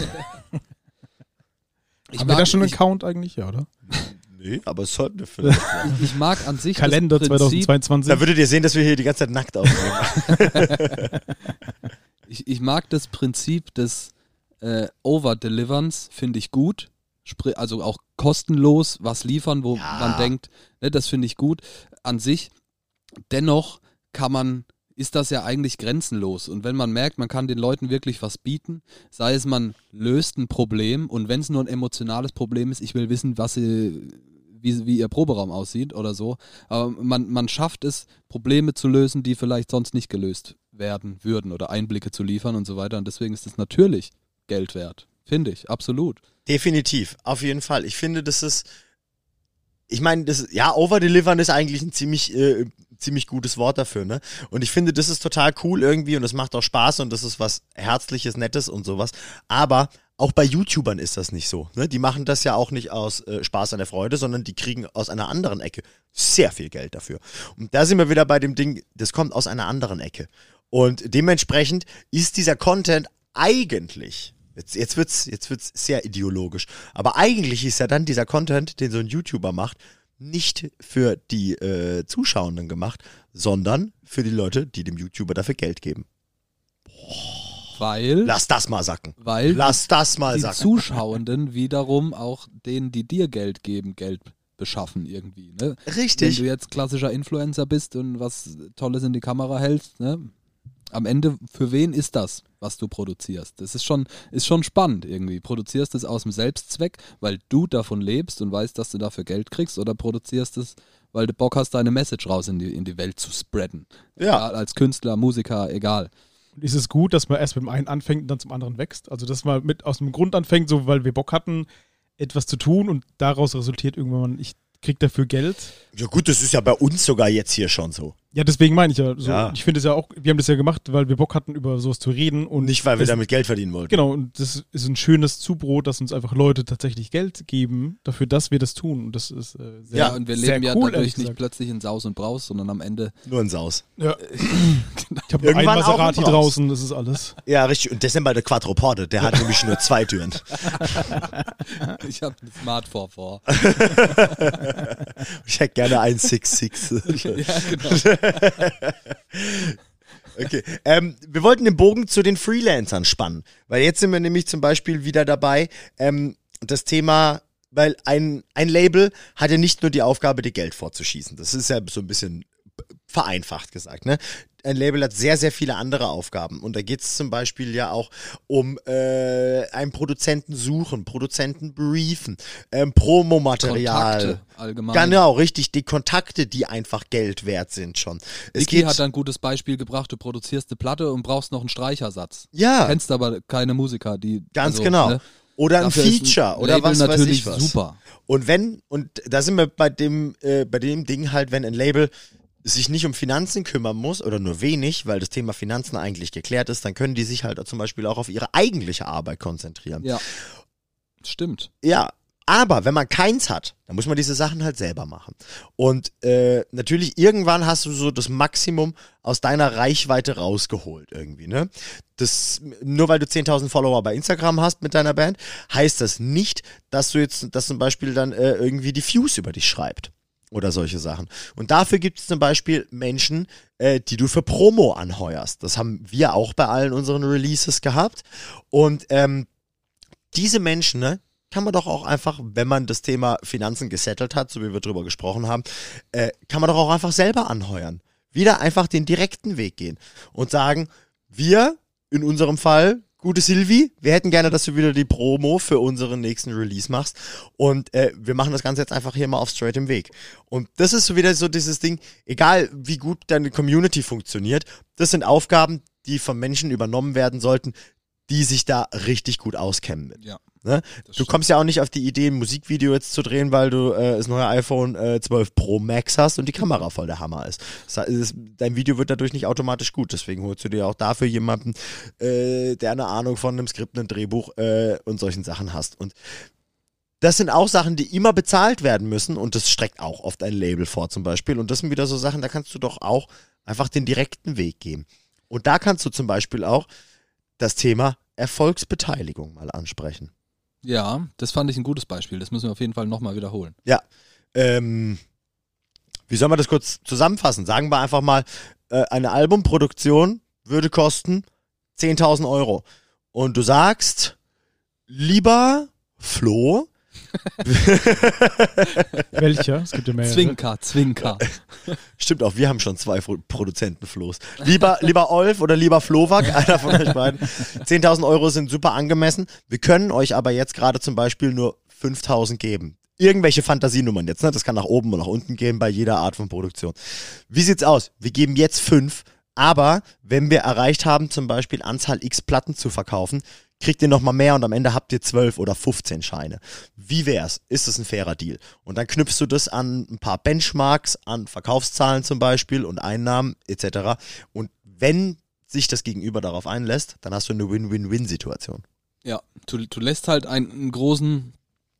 Haben wir da schon einen Account eigentlich? Ja, oder? Nee, aber es sollten wir vielleicht. Ich mag an sich Kalender das Prinzip, 2022. Da würdet ihr sehen, dass wir hier die ganze Zeit nackt aufnehmen. Ich mag das Prinzip des Over-Deliverns, finde ich gut. Also auch kostenlos was liefern, wo man denkt, ne, das finde ich gut an sich. Dennoch ist das ja eigentlich grenzenlos. Und wenn man merkt, man kann den Leuten wirklich was bieten, sei es man löst ein Problem und wenn es nur ein emotionales Problem ist, ich will wissen, wie ihr Proberaum aussieht oder so, aber man schafft es, Probleme zu lösen, die vielleicht sonst nicht gelöst werden würden oder Einblicke zu liefern und so weiter. Und deswegen ist es natürlich Geld wert. Finde ich, absolut. Definitiv, auf jeden Fall. Ich finde, das ist ich meine, overdelivern ist eigentlich ein ziemlich gutes Wort dafür, ne? Und ich finde, das ist total cool irgendwie und das macht auch Spaß und das ist was Herzliches, Nettes und sowas. Aber auch bei YouTubern ist das nicht so, ne? Die machen das ja auch nicht aus Spaß an der Freude, sondern die kriegen aus einer anderen Ecke sehr viel Geld dafür. Und da sind wir wieder bei dem Ding, das kommt aus einer anderen Ecke. Und dementsprechend ist dieser Content eigentlich, jetzt wird's sehr ideologisch, aber eigentlich ist ja dann dieser Content, den so ein YouTuber macht, nicht für die Zuschauenden gemacht, sondern für die Leute, die dem YouTuber dafür Geld geben. Lass das mal sacken. Weil die Zuschauenden wiederum auch denen, die dir Geld geben, Geld beschaffen irgendwie. Ne? Richtig. Wenn du jetzt klassischer Influencer bist und was Tolles in die Kamera hältst, ne? Am Ende, für wen ist das, was du produzierst? Das ist schon spannend irgendwie. Produzierst du es aus dem Selbstzweck, weil du davon lebst und weißt, dass du dafür Geld kriegst, oder produzierst du es, weil du Bock hast, deine Message raus in die Welt zu spreaden? Ja. Als Künstler, Musiker, egal. Und ist es gut, dass man erst mit dem einen anfängt und dann zum anderen wächst? Also, dass man mit aus dem Grund anfängt, so weil wir Bock hatten, etwas zu tun und daraus resultiert irgendwann, ich krieg dafür Geld. Ja gut, das ist ja bei uns sogar jetzt hier schon so. Ja, deswegen meine ich ja. So, ja. Ich finde es ja auch, wir haben das ja gemacht, weil wir Bock hatten, über sowas zu reden. Und nicht, weil wir damit Geld verdienen wollten. Genau, und das ist ein schönes Zubrot, dass uns einfach Leute tatsächlich Geld geben, dafür, dass wir das tun. Und das ist sehr Ja, und wir leben ja cool, dadurch nicht plötzlich in Saus und Braus, sondern am Ende... Nur in Saus. Ja. Ich habe nur einen Maserati draußen, das ist alles. Ja, richtig. Und das ist der Quattroporte, der hat nämlich nur 2 Türen. Ich habe ein Smart 4. Ich hätte gerne einen 6.6. Ja, genau. Okay, wir wollten den Bogen zu den Freelancern spannen, weil jetzt sind wir nämlich zum Beispiel wieder dabei, das Thema, weil ein Label hat ja nicht nur die Aufgabe, dir Geld vorzuschießen, das ist ja so ein bisschen vereinfacht gesagt, ne? Ein Label hat sehr, sehr viele andere Aufgaben und da geht es zum Beispiel ja auch um einen Produzenten suchen, Produzenten briefen, Promomaterial. Kontakte allgemein. Genau, richtig, die Kontakte, die einfach Geld wert sind schon. Vicky hat ein gutes Beispiel gebracht, du produzierst eine Platte und brauchst noch einen Streichersatz. Ja. Du kennst aber keine Musiker, die... Ganz genau. Ne? Oder ein Feature oder Label was natürlich weiß ich was. Super. Und da sind wir bei dem Ding halt, wenn ein Label sich nicht um Finanzen kümmern muss oder nur wenig, weil das Thema Finanzen eigentlich geklärt ist, dann können die sich halt zum Beispiel auch auf ihre eigentliche Arbeit konzentrieren. Ja, stimmt. Ja, aber wenn man keins hat, dann muss man diese Sachen halt selber machen. Und natürlich irgendwann hast du so das Maximum aus deiner Reichweite rausgeholt irgendwie, ne? Nur weil du 10.000 Follower bei Instagram hast mit deiner Band, heißt das nicht, dass zum Beispiel dann irgendwie die Fuse über dich schreibt. Oder solche Sachen. Und dafür gibt es zum Beispiel Menschen, die du für Promo anheuerst. Das haben wir auch bei allen unseren Releases gehabt. Und diese Menschen, ne, kann man doch auch einfach, wenn man das Thema Finanzen gesettelt hat, so wie wir drüber gesprochen haben, kann man doch auch einfach selber anheuern. Wieder einfach den direkten Weg gehen und sagen, wir, in unserem Fall, gute Silvi, wir hätten gerne, dass du wieder die Promo für unseren nächsten Release machst und wir machen das Ganze jetzt einfach hier mal auf straightem Weg. Und das ist so wieder so dieses Ding, egal wie gut deine Community funktioniert, das sind Aufgaben, die von Menschen übernommen werden sollten, die sich da richtig gut auskennen mit. Ja. Ne? Du kommst ja auch nicht auf die Idee, ein Musikvideo jetzt zu drehen, weil du das neue iPhone 12 Pro Max hast und die Kamera voll der Hammer ist. Dein Video wird dadurch nicht automatisch gut, deswegen holst du dir auch dafür jemanden, der eine Ahnung von einem Skript, einem Drehbuch und solchen Sachen hast. Und das sind auch Sachen, die immer bezahlt werden müssen und das streckt auch oft ein Label vor zum Beispiel. Und das sind wieder so Sachen, da kannst du doch auch einfach den direkten Weg gehen. Und da kannst du zum Beispiel auch das Thema Erfolgsbeteiligung mal ansprechen. Ja, das fand ich ein gutes Beispiel. Das müssen wir auf jeden Fall nochmal wiederholen. Ja. Wie soll man das kurz zusammenfassen? Sagen wir einfach mal, eine Albumproduktion würde kosten 10.000 Euro. Und du sagst, lieber Flo. Welcher? Es gibt ja mehrere. Zwinker. Stimmt auch, wir haben schon 2 Produzenten-Flo's. Lieber Olf oder lieber Flowak, einer von euch beiden. 10.000 Euro sind super angemessen. Wir können euch aber jetzt gerade zum Beispiel nur 5.000 geben. Irgendwelche Fantasienummern jetzt, ne? Das kann nach oben und nach unten gehen bei jeder Art von Produktion. Wie sieht's aus? Wir geben jetzt 5, aber wenn wir erreicht haben, zum Beispiel Anzahl X Platten zu verkaufen, kriegt ihr nochmal mehr und am Ende habt ihr 12 oder 15 Scheine. Wie wär's? Ist das ein fairer Deal? Und dann knüpfst du das an ein paar Benchmarks, an Verkaufszahlen zum Beispiel und Einnahmen etc. Und wenn sich das Gegenüber darauf einlässt, dann hast du eine Win-Win-Win-Situation. Ja, du lässt halt einen großen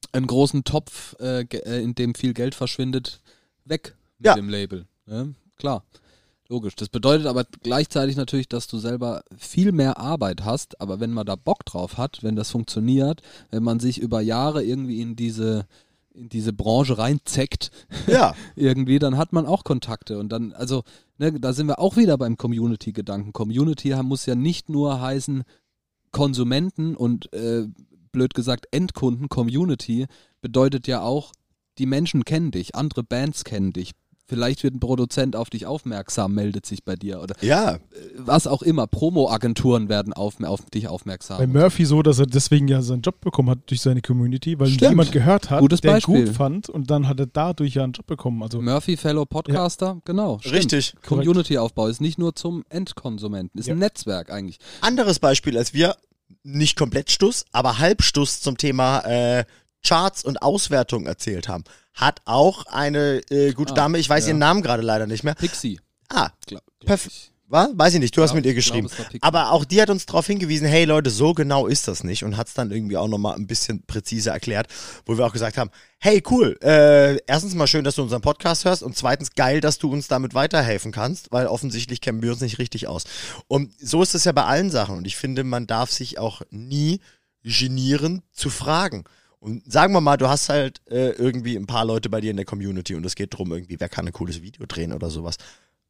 Topf, in dem viel Geld verschwindet, weg mit dem Label. Ja, klar, logisch. Das bedeutet aber gleichzeitig natürlich, dass du selber viel mehr Arbeit hast, aber wenn man da Bock drauf hat, wenn das funktioniert, wenn man sich über Jahre irgendwie in diese Branche reinzeckt, irgendwie, dann hat man auch Kontakte und dann, also, ne, da sind wir auch wieder beim Community-Gedanken. Community muss ja nicht nur heißen Konsumenten und blöd gesagt Endkunden. Community bedeutet ja auch, die Menschen kennen dich, andere Bands kennen dich. Vielleicht wird ein Produzent auf dich aufmerksam, meldet sich bei dir oder was auch immer. Promo-Agenturen werden auf dich aufmerksam. Bei Murphy so, dass er deswegen ja seinen Job bekommen hat durch seine Community, weil jemand gehört hat, Gutes der Beispiel. gut fand und dann hat er dadurch ja einen Job bekommen. Also Murphy, Fellow Podcaster, genau. Stimmt. Richtig. Community-Aufbau ist nicht nur zum Endkonsumenten, ist ein Netzwerk eigentlich. Anderes Beispiel, als wir nicht komplett Stuss, aber Halbstuss zum Thema Charts und Auswertung erzählt haben, hat auch eine gute Dame, ich weiß ihren Namen gerade leider nicht mehr. Pixie. Perfekt. Was? Weiß ich nicht, du hast mit ihr geschrieben. Aber auch die hat uns darauf hingewiesen, hey Leute, so genau ist das nicht und hat es dann irgendwie auch nochmal ein bisschen präziser erklärt, wo wir auch gesagt haben, hey cool, erstens mal schön, dass du unseren Podcast hörst und zweitens geil, dass du uns damit weiterhelfen kannst, weil offensichtlich kennen wir uns nicht richtig aus. Und so ist es ja bei allen Sachen und ich finde, man darf sich auch nie genieren zu fragen. Und sagen wir mal, du hast halt irgendwie ein paar Leute bei dir in der Community und es geht darum, irgendwie, wer kann ein cooles Video drehen oder sowas.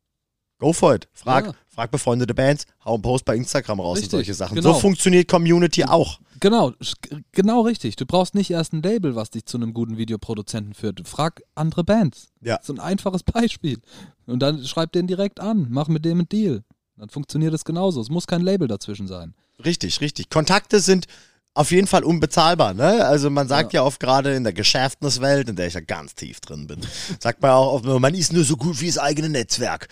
Go for it. Frag befreundete Bands, hau einen Post bei Instagram raus und solche Sachen. Genau. So funktioniert Community auch. Genau richtig. Du brauchst nicht erst ein Label, was dich zu einem guten Videoproduzenten führt. Frag andere Bands. Ja. So ein einfaches Beispiel. Und dann schreib den direkt an, mach mit dem einen Deal. Dann funktioniert es genauso. Es muss kein Label dazwischen sein. Richtig. Kontakte sind auf jeden Fall unbezahlbar, ne? Also man sagt ja oft gerade in der Geschäftniswelt, in der ich ja ganz tief drin bin, sagt man auch oft, man ist nur so gut wie das eigene Netzwerk.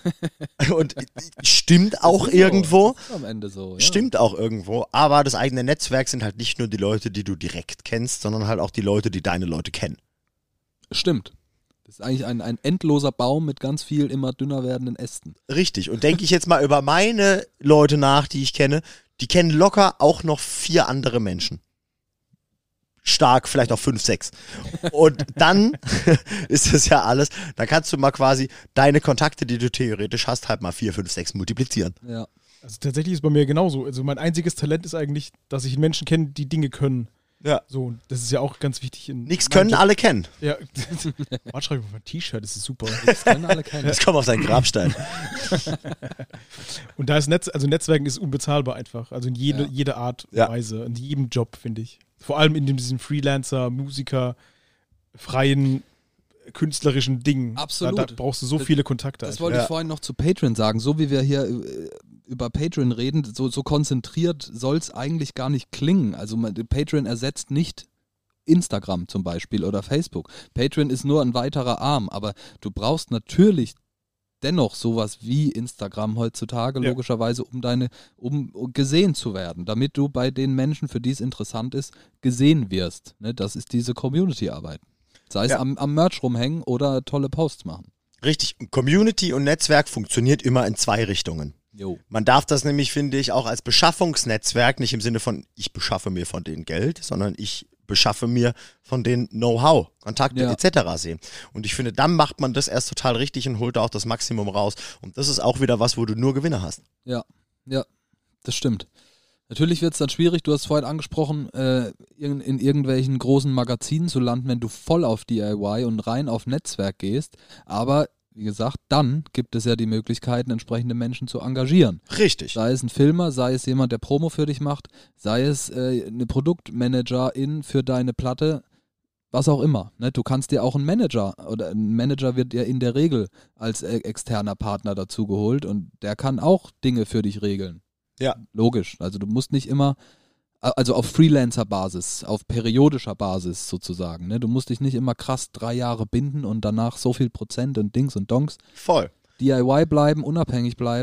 Und stimmt auch irgendwo. Das ist am Ende so, ja. Stimmt auch irgendwo, aber das eigene Netzwerk sind halt nicht nur die Leute, die du direkt kennst, sondern halt auch die Leute, die deine Leute kennen. Stimmt. Das ist eigentlich ein endloser Baum mit ganz viel immer dünner werdenden Ästen. Richtig. Und denke ich jetzt mal über meine Leute nach, die ich kenne, die kennen locker auch noch 4 andere Menschen. Stark, vielleicht auch 5, 6. Und dann ist das ja alles, dann kannst du mal quasi deine Kontakte, die du theoretisch hast, halt mal 4, 5, 6 multiplizieren. Ja. Also tatsächlich ist bei mir genauso. Also mein einziges Talent ist eigentlich, dass ich Menschen kenne, die Dinge können. Ja. So, das ist ja auch ganz wichtig. Nichts können, alle kennen. Ja. Warte, schreibe ich auf mein T-Shirt, das ist super. Das können alle kennen. Das kommt auf seinen Grabstein. Und da ist Netzwerken ist unbezahlbar einfach. Also in jeder Art und Weise. In jedem Job, finde ich. Vor allem in diesem Freelancer, Musiker, freien, künstlerischen Dingen. Absolut. Da brauchst du so viele Kontakte. Das wollte ich vorhin noch zu Patreon sagen. So wie wir hier über Patreon reden, so konzentriert soll es eigentlich gar nicht klingen. Also Patreon ersetzt nicht Instagram zum Beispiel oder Facebook. Patreon ist nur ein weiterer Arm, aber du brauchst natürlich dennoch sowas wie Instagram heutzutage, logischerweise, um gesehen zu werden, damit du bei den Menschen, für die es interessant ist, gesehen wirst. Ne? Das ist diese Community-Arbeit. Sei es am Merch rumhängen oder tolle Posts machen. Richtig. Community und Netzwerk funktioniert immer in 2 Richtungen. Jo. Man darf das nämlich, finde ich, auch als Beschaffungsnetzwerk, nicht im Sinne von, ich beschaffe mir von denen Geld, sondern ich beschaffe mir von denen Know-how, Kontakte etc. sehen. Und ich finde, dann macht man das erst total richtig und holt da auch das Maximum raus. Und das ist auch wieder was, wo du nur Gewinner hast. Ja, das stimmt. Natürlich wird es dann schwierig, du hast vorhin angesprochen, in irgendwelchen großen Magazinen zu landen, wenn du voll auf DIY und rein auf Netzwerk gehst. Aber wie gesagt, dann gibt es ja die Möglichkeiten, entsprechende Menschen zu engagieren. Richtig. Sei es ein Filmer, sei es jemand, der Promo für dich macht, sei es eine Produktmanagerin für deine Platte, was auch immer. Ne? Du kannst dir auch einen Manager, oder ein Manager wird ja in der Regel als externer Partner dazu geholt und der kann auch Dinge für dich regeln. Ja. Logisch. Also du musst nicht immer, also auf Freelancer-Basis, auf periodischer Basis sozusagen. Ne? Du musst dich nicht immer krass 3 Jahre binden und danach so viel Prozent und Dings und Donks. Voll. DIY bleiben, unabhängig bleiben,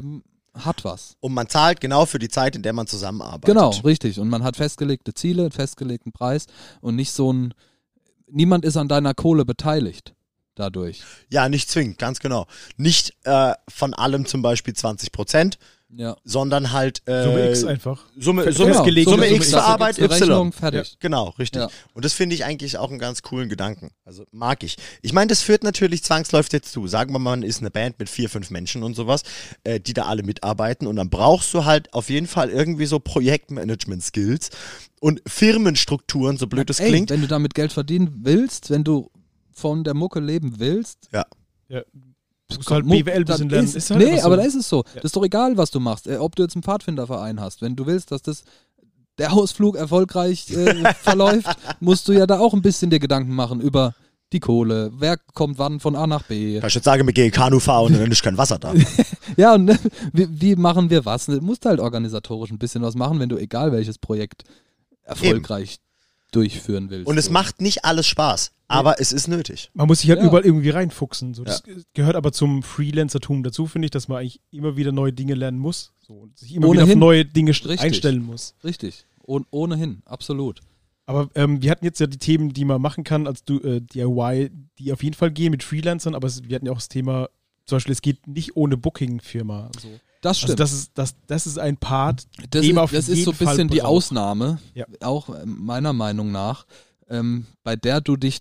hat was. Und man zahlt genau für die Zeit, in der man zusammenarbeitet. Genau, richtig. Und man hat festgelegte Ziele, einen festgelegten Preis und nicht niemand ist an deiner Kohle beteiligt dadurch. Ja, nicht zwingend, ganz genau. Nicht von allem zum Beispiel 20%, sondern halt Summe X einfach. Summe X für Arbeit Y. Rechnung, fertig. Ja, genau, richtig. Ja. Und das finde ich eigentlich auch einen ganz coolen Gedanken. Also mag ich. Ich meine, das führt natürlich zwangsläufig dazu. Sagen wir mal, man ist eine Band mit 4, 5 Menschen und sowas, die da alle mitarbeiten und dann brauchst du halt auf jeden Fall irgendwie so Projektmanagement-Skills und Firmenstrukturen, so blöd es klingt. Wenn du damit Geld verdienen willst, wenn du von der Mucke leben willst, ja. Du musst halt BWL ein bisschen lernen. Ist halt so. Aber da ist es so. Ja. Das ist doch egal, was du machst. Ob du jetzt einen Pfadfinderverein hast. Wenn du willst, dass der Ausflug erfolgreich verläuft, musst du ja da auch ein bisschen dir Gedanken machen über die Kohle. Wer kommt wann von A nach B? Kannst du jetzt sagen, wir gehen Kanu fahren und dann ist kein Wasser da. Ja, und wie machen wir was? Du musst halt organisatorisch ein bisschen was machen, wenn du egal welches Projekt erfolgreich durchführen willst. Und es macht nicht alles Spaß, aber es ist nötig. Man muss sich halt überall irgendwie reinfuchsen. So. Das gehört aber zum Freelancertum dazu, finde ich, dass man eigentlich immer wieder neue Dinge lernen muss. So, und sich immer wieder auf neue Dinge einstellen muss. Richtig. Ohnehin, absolut. Aber wir hatten jetzt ja die Themen, die man machen kann als DIY, die auf jeden Fall gehen mit Freelancern, aber wir hatten ja auch das Thema, zum Beispiel, es geht nicht ohne Booking-Firma. So. Das stimmt. Also das ist ein Part, das ist so ein bisschen die Ausnahme, auch meiner Meinung nach, bei der du dich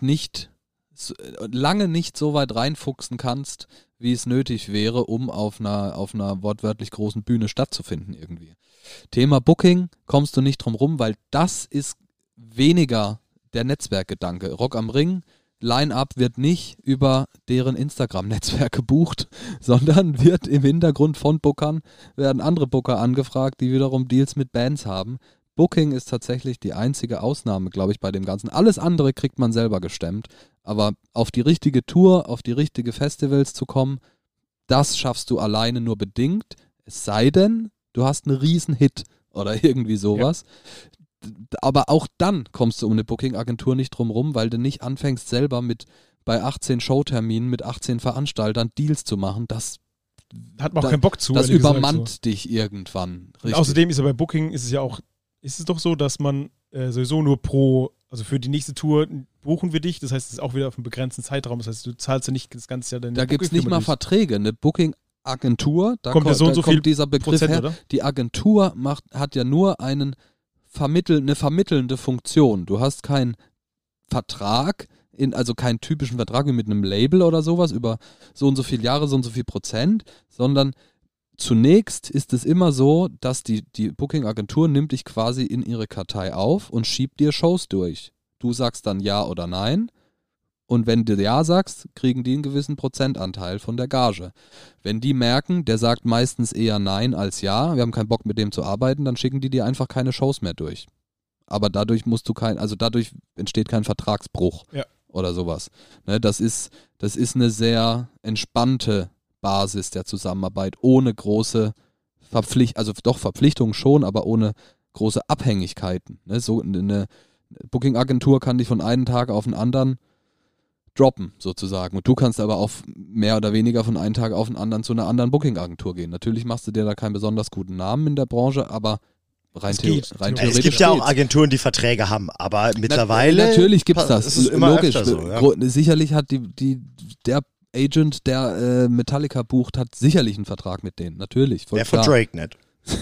lange nicht so weit reinfuchsen kannst, wie es nötig wäre, um auf einer wortwörtlich großen Bühne stattzufinden irgendwie. Thema Booking kommst du nicht drum rum, weil das ist weniger der Netzwerkgedanke. Rock am Ring, Line-Up wird nicht über deren Instagram-Netzwerk gebucht, sondern wird im Hintergrund von Bookern, werden andere Booker angefragt, die wiederum Deals mit Bands haben. Booking ist tatsächlich die einzige Ausnahme, glaube ich, bei dem Ganzen. Alles andere kriegt man selber gestemmt, aber auf die richtige Tour, auf die richtige Festivals zu kommen, das schaffst du alleine nur bedingt, es sei denn, du hast einen riesen Hit oder irgendwie sowas. Ja. Aber auch dann kommst du um eine Booking-Agentur nicht drum rum, weil du nicht anfängst selber bei 18 Showterminen mit 18 Veranstaltern Deals zu machen. Das hat man auch keinen Bock zu. Das übermannt dich irgendwann. Und außerdem ist ja bei Booking ist es doch so, dass man sowieso nur also für die nächste Tour buchen wir dich, das heißt, es ist auch wieder auf einem begrenzten Zeitraum, das heißt, du zahlst ja nicht das ganze Jahr deine Da gibt es nicht mal Verträge, eine Booking-Agentur, da kommt dieser Begriff her. Oder? Die Agentur hat ja nur eine vermittelnde Funktion. Du hast keinen Vertrag, also keinen typischen Vertrag wie mit einem Label oder sowas über so und so viele Jahre, so und so viel Prozent, sondern zunächst ist es immer so, dass die Booking-Agentur nimmt dich quasi in ihre Kartei auf und schiebt dir Shows durch. Du sagst dann Ja oder Nein und wenn du Ja sagst, kriegen die einen gewissen Prozentanteil von der Gage. Wenn die merken, der sagt meistens eher Nein als Ja, wir haben keinen Bock mit dem zu arbeiten, dann schicken die dir einfach keine Shows mehr durch. Aber dadurch dadurch entsteht kein Vertragsbruch oder sowas. Ne, das ist eine sehr entspannte Basis der Zusammenarbeit, ohne große Verpflichtungen schon, aber ohne große Abhängigkeiten. Ne? So eine Booking-Agentur kann dich von einem Tag auf den anderen droppen, sozusagen. Und du kannst aber auch mehr oder weniger von einem Tag auf den anderen zu einer anderen Booking-Agentur gehen. Natürlich machst du dir da keinen besonders guten Namen in der Branche, aber rein theoretisch. Es gibt ja auch Agenturen, die Verträge haben, aber mittlerweile. Natürlich gibt es das. Es ist immer logisch. So, ja. Sicherlich hat der Agent, der Metallica bucht, hat sicherlich einen Vertrag mit denen. Natürlich. Der von Drake nicht.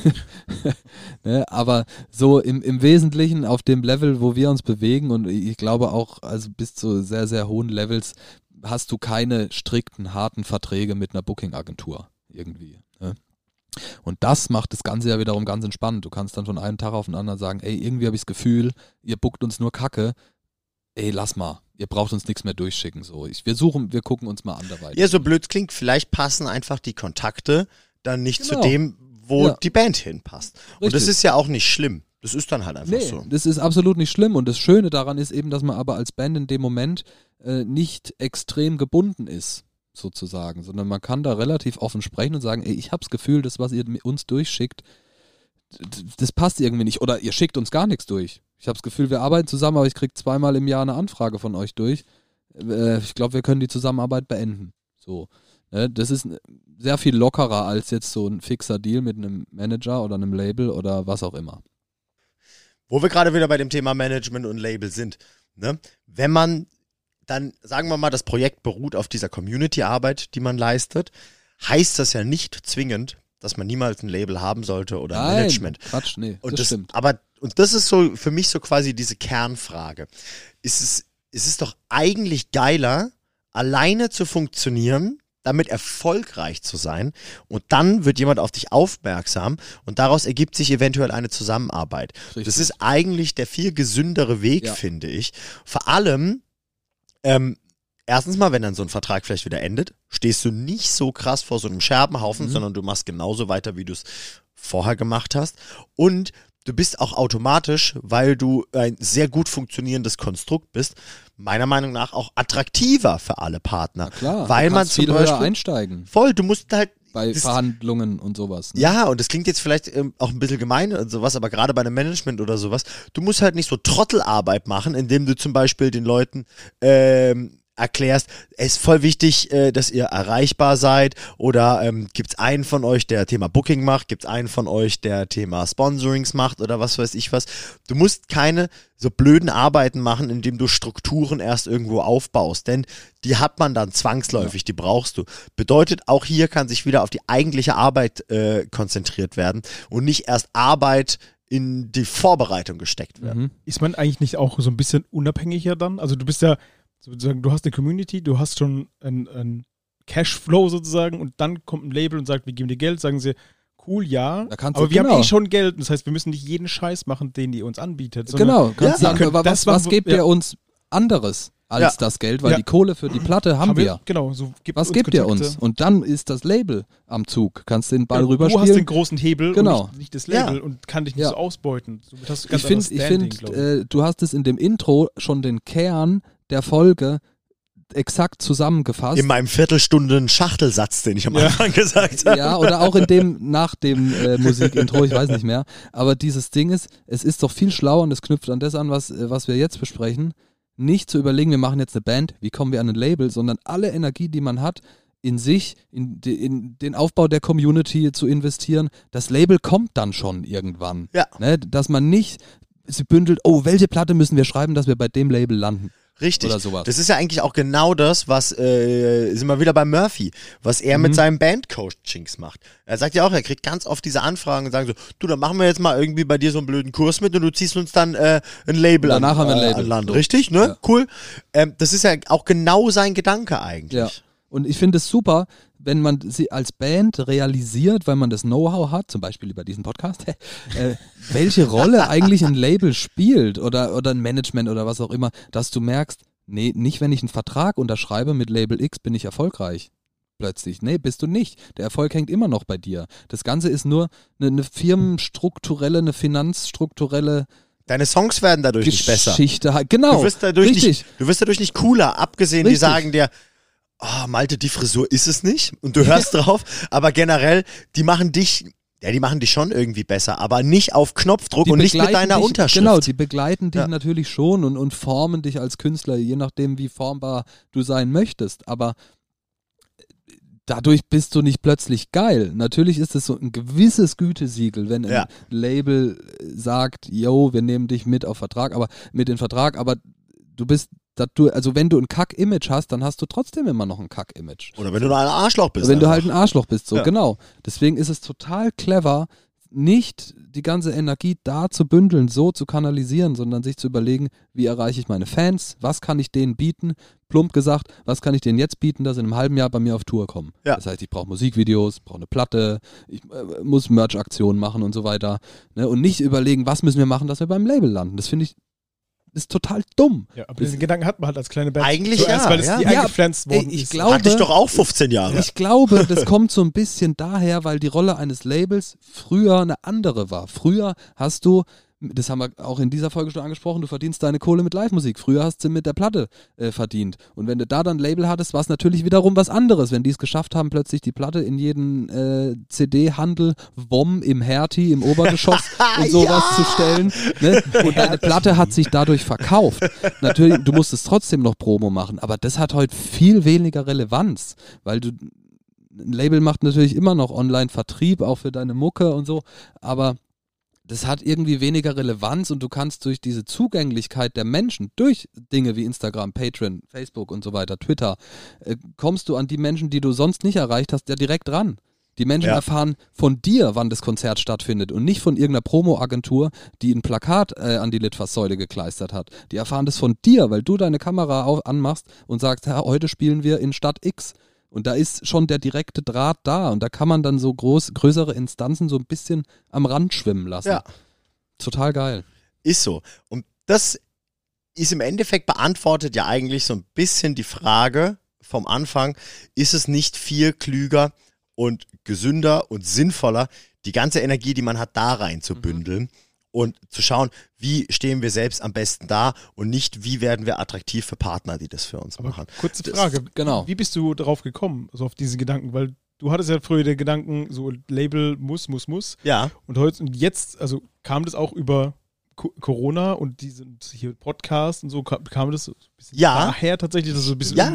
Ne, aber so im Wesentlichen auf dem Level, wo wir uns bewegen und ich glaube auch, also bis zu sehr, sehr hohen Levels hast du keine strikten, harten Verträge mit einer Booking-Agentur irgendwie. Ne? Und das macht das Ganze ja wiederum ganz entspannt. Du kannst dann von einem Tag auf den anderen sagen, ey, irgendwie habe ich das Gefühl, ihr bookt uns nur Kacke. Ey, lass mal. Ihr braucht uns nichts mehr durchschicken. So. Wir gucken uns mal anderweitig. Ja, so blöd es klingt, vielleicht passen einfach die Kontakte dann nicht zu dem, wo die Band hinpasst. Richtig. Und das ist ja auch nicht schlimm. Das ist dann halt einfach so. Das ist absolut nicht schlimm. Und das Schöne daran ist eben, dass man aber als Band in dem Moment nicht extrem gebunden ist, sozusagen. Sondern man kann da relativ offen sprechen und sagen, ey, ich habe das Gefühl, das, was ihr uns durchschickt, das passt irgendwie nicht. Oder ihr schickt uns gar nichts durch. Ich habe das Gefühl, wir arbeiten zusammen, aber ich kriege 2-mal im Jahr eine Anfrage von euch durch. Ich glaube, wir können die Zusammenarbeit beenden. So. Das ist sehr viel lockerer als jetzt so ein fixer Deal mit einem Manager oder einem Label oder was auch immer. Wo wir gerade wieder bei dem Thema Management und Label sind, ne? Wenn man dann, sagen wir mal, das Projekt beruht auf dieser Community-Arbeit, die man leistet, heißt das ja nicht zwingend, dass man niemals ein Label haben sollte oder ein Management. Quatsch, nee, und das stimmt. Und das ist so für mich so quasi diese Kernfrage. Ist es doch eigentlich geiler, alleine zu funktionieren, damit erfolgreich zu sein, und dann wird jemand auf dich aufmerksam und daraus ergibt sich eventuell eine Zusammenarbeit. Richtig. Das ist eigentlich der viel gesündere Weg, finde ich. Vor allem, erstens mal, wenn dann so ein Vertrag vielleicht wieder endet, stehst du nicht so krass vor so einem Scherbenhaufen, sondern du machst genauso weiter, wie du es vorher gemacht hast, und du bist auch automatisch, weil du ein sehr gut funktionierendes Konstrukt bist, meiner Meinung nach auch attraktiver für alle Partner. Na klar, weil man zum Beispiel höher einsteigen. Voll, du musst halt bei Verhandlungen und sowas. Ne? Ja, und das klingt jetzt vielleicht auch ein bisschen gemein und sowas, aber gerade bei einem Management oder sowas, du musst halt nicht so Trottelarbeit machen, indem du zum Beispiel den Leuten erklärst, es ist voll wichtig, dass ihr erreichbar seid, oder gibt es einen von euch, der Thema Booking macht, gibt es einen von euch, der Thema Sponsorings macht oder was weiß ich was. Du musst keine so blöden Arbeiten machen, indem du Strukturen erst irgendwo aufbaust, denn die hat man dann zwangsläufig, die brauchst du. Bedeutet, auch hier kann sich wieder auf die eigentliche Arbeit konzentriert werden und nicht erst Arbeit in die Vorbereitung gesteckt werden. Ist man eigentlich nicht auch so ein bisschen unabhängiger dann? Also du bist ja sozusagen, du hast eine Community, du hast schon einen Cashflow sozusagen, und dann kommt ein Label und sagt, wir geben dir Geld, sagen sie, cool, ja, aber wir haben schon Geld, das heißt, wir müssen nicht jeden Scheiß machen, den ihr uns anbietet. Genau, kannst sagen, aber was gebt ihr uns anderes als das Geld, weil die Kohle für die Platte haben wir. Genau, so was gebt ihr uns? Und dann ist das Label am Zug, kannst den Ball rüberspielen. Du hast den großen Hebel und nicht das Label und kann dich nicht so ausbeuten. Ich finde, du hast es in dem Intro schon den Kern der Folge exakt zusammengefasst. In meinem Viertelstunden-Schachtelsatz, den ich am Anfang gesagt habe. Ja, oder auch in dem, nach dem Musikintro, ich weiß nicht mehr. Aber dieses Ding ist, es ist doch viel schlauer, und es knüpft an das an, was wir jetzt besprechen, nicht zu überlegen, wir machen jetzt eine Band, wie kommen wir an ein Label, sondern alle Energie, die man hat, in sich, in den Aufbau der Community zu investieren. Das Label kommt dann schon irgendwann. Ja. Ne? Dass man nicht bündelt, welche Platte müssen wir schreiben, dass wir bei dem Label landen. Richtig. Oder sowas. Das ist ja eigentlich auch genau das, was, sind wir wieder bei Murphy, was er mit seinen Band-Coachings macht. Er sagt ja auch, er kriegt ganz oft diese Anfragen und sagen so, du, dann machen wir jetzt mal irgendwie bei dir so einen blöden Kurs mit und du ziehst uns dann ein Label an Land. So. Richtig, ne? Ja. Cool. Das ist ja auch genau sein Gedanke eigentlich. Ja. Und ich finde es super, wenn man sie als Band realisiert, weil man das Know-how hat, zum Beispiel über diesen Podcast, welche Rolle eigentlich ein Label spielt oder ein Management oder was auch immer, dass du merkst, nee, nicht wenn ich einen Vertrag unterschreibe mit Label X, bin ich erfolgreich. Plötzlich. Nee, bist du nicht. Der Erfolg hängt immer noch bei dir. Das Ganze ist nur eine firmenstrukturelle, eine finanzstrukturelle Deine Songs werden dadurch nicht besser. Genau. Du wirst dadurch nicht cooler, abgesehen, die sagen dir, Malte, die Frisur ist es nicht, und du hörst drauf, aber generell, die machen dich schon irgendwie besser, aber nicht auf Knopfdruck und nicht mit deiner Unterschrift. Genau, die begleiten dich natürlich schon und formen dich als Künstler, je nachdem, wie formbar du sein möchtest, aber dadurch bist du nicht plötzlich geil. Natürlich ist es so ein gewisses Gütesiegel, wenn ein Label sagt, wir nehmen dich mit auf Vertrag, aber du bist also wenn du ein Kack-Image hast, dann hast du trotzdem immer noch ein Kack-Image. Oder wenn du ein Arschloch bist. Wenn du halt ein Arschloch bist, genau. Deswegen ist es total clever, nicht die ganze Energie da zu bündeln, so zu kanalisieren, sondern sich zu überlegen, wie erreiche ich meine Fans, was kann ich denen bieten, plump gesagt, was kann ich denen jetzt bieten, dass sie in einem halben Jahr bei mir auf Tour kommen. Ja. Das heißt, ich brauche Musikvideos, brauche eine Platte, ich muss Merch-Aktionen machen und so weiter. Ne? Und nicht überlegen, was müssen wir machen, dass wir beim Label landen. Das finde ich ist total dumm. Ja, aber diesen Gedanken hat man halt als kleine Band. Eigentlich zuerst, weil es die eingepflanzt worden ist. Hatte ich doch auch 15 Jahre. Ich glaube, das kommt so ein bisschen daher, weil die Rolle eines Labels früher eine andere war. Früher hast du, das haben wir auch in dieser Folge schon angesprochen, du verdienst deine Kohle mit Live-Musik. Früher hast du mit der Platte verdient. Und wenn du da dann ein Label hattest, war es natürlich wiederum was anderes. Wenn die es geschafft haben, plötzlich die Platte in jeden CD-Handel, WOM im Hertie, im Obergeschoss und sowas zu stellen. Ne? Und deine Platte hat sich dadurch verkauft. Natürlich, du musstest trotzdem noch Promo machen, aber das hat heute viel weniger Relevanz, weil du ein Label macht natürlich immer noch Online-Vertrieb, auch für deine Mucke und so, aber das hat irgendwie weniger Relevanz und du kannst durch diese Zugänglichkeit der Menschen, durch Dinge wie Instagram, Patreon, Facebook und so weiter, Twitter, kommst du an die Menschen, die du sonst nicht erreicht hast, ja direkt ran. Die Menschen erfahren von dir, wann das Konzert stattfindet und nicht von irgendeiner Promo-Agentur, die ein Plakat an die Litfaßsäule gekleistert hat. Die erfahren das von dir, weil du deine Kamera anmachst und sagst, ja, heute spielen wir in Stadt X. Und da ist schon der direkte Draht da und da kann man dann so größere Instanzen so ein bisschen am Rand schwimmen lassen. Ja. Total geil. Ist so. Und das ist im Endeffekt beantwortet ja eigentlich so ein bisschen die Frage vom Anfang, ist es nicht viel klüger und gesünder und sinnvoller, die ganze Energie, die man hat, da rein zu bündeln und zu schauen, wie stehen wir selbst am besten da und nicht, wie werden wir attraktiv für Partner, die das für uns machen. Kurze Frage, genau. Wie bist du darauf gekommen, also auf diese Gedanken? Weil du hattest ja früher den Gedanken, so Label muss. Ja. Und jetzt, also kam das auch über Corona und diese hier Podcast und so, kam das so ein bisschen daher tatsächlich, dass so ein bisschen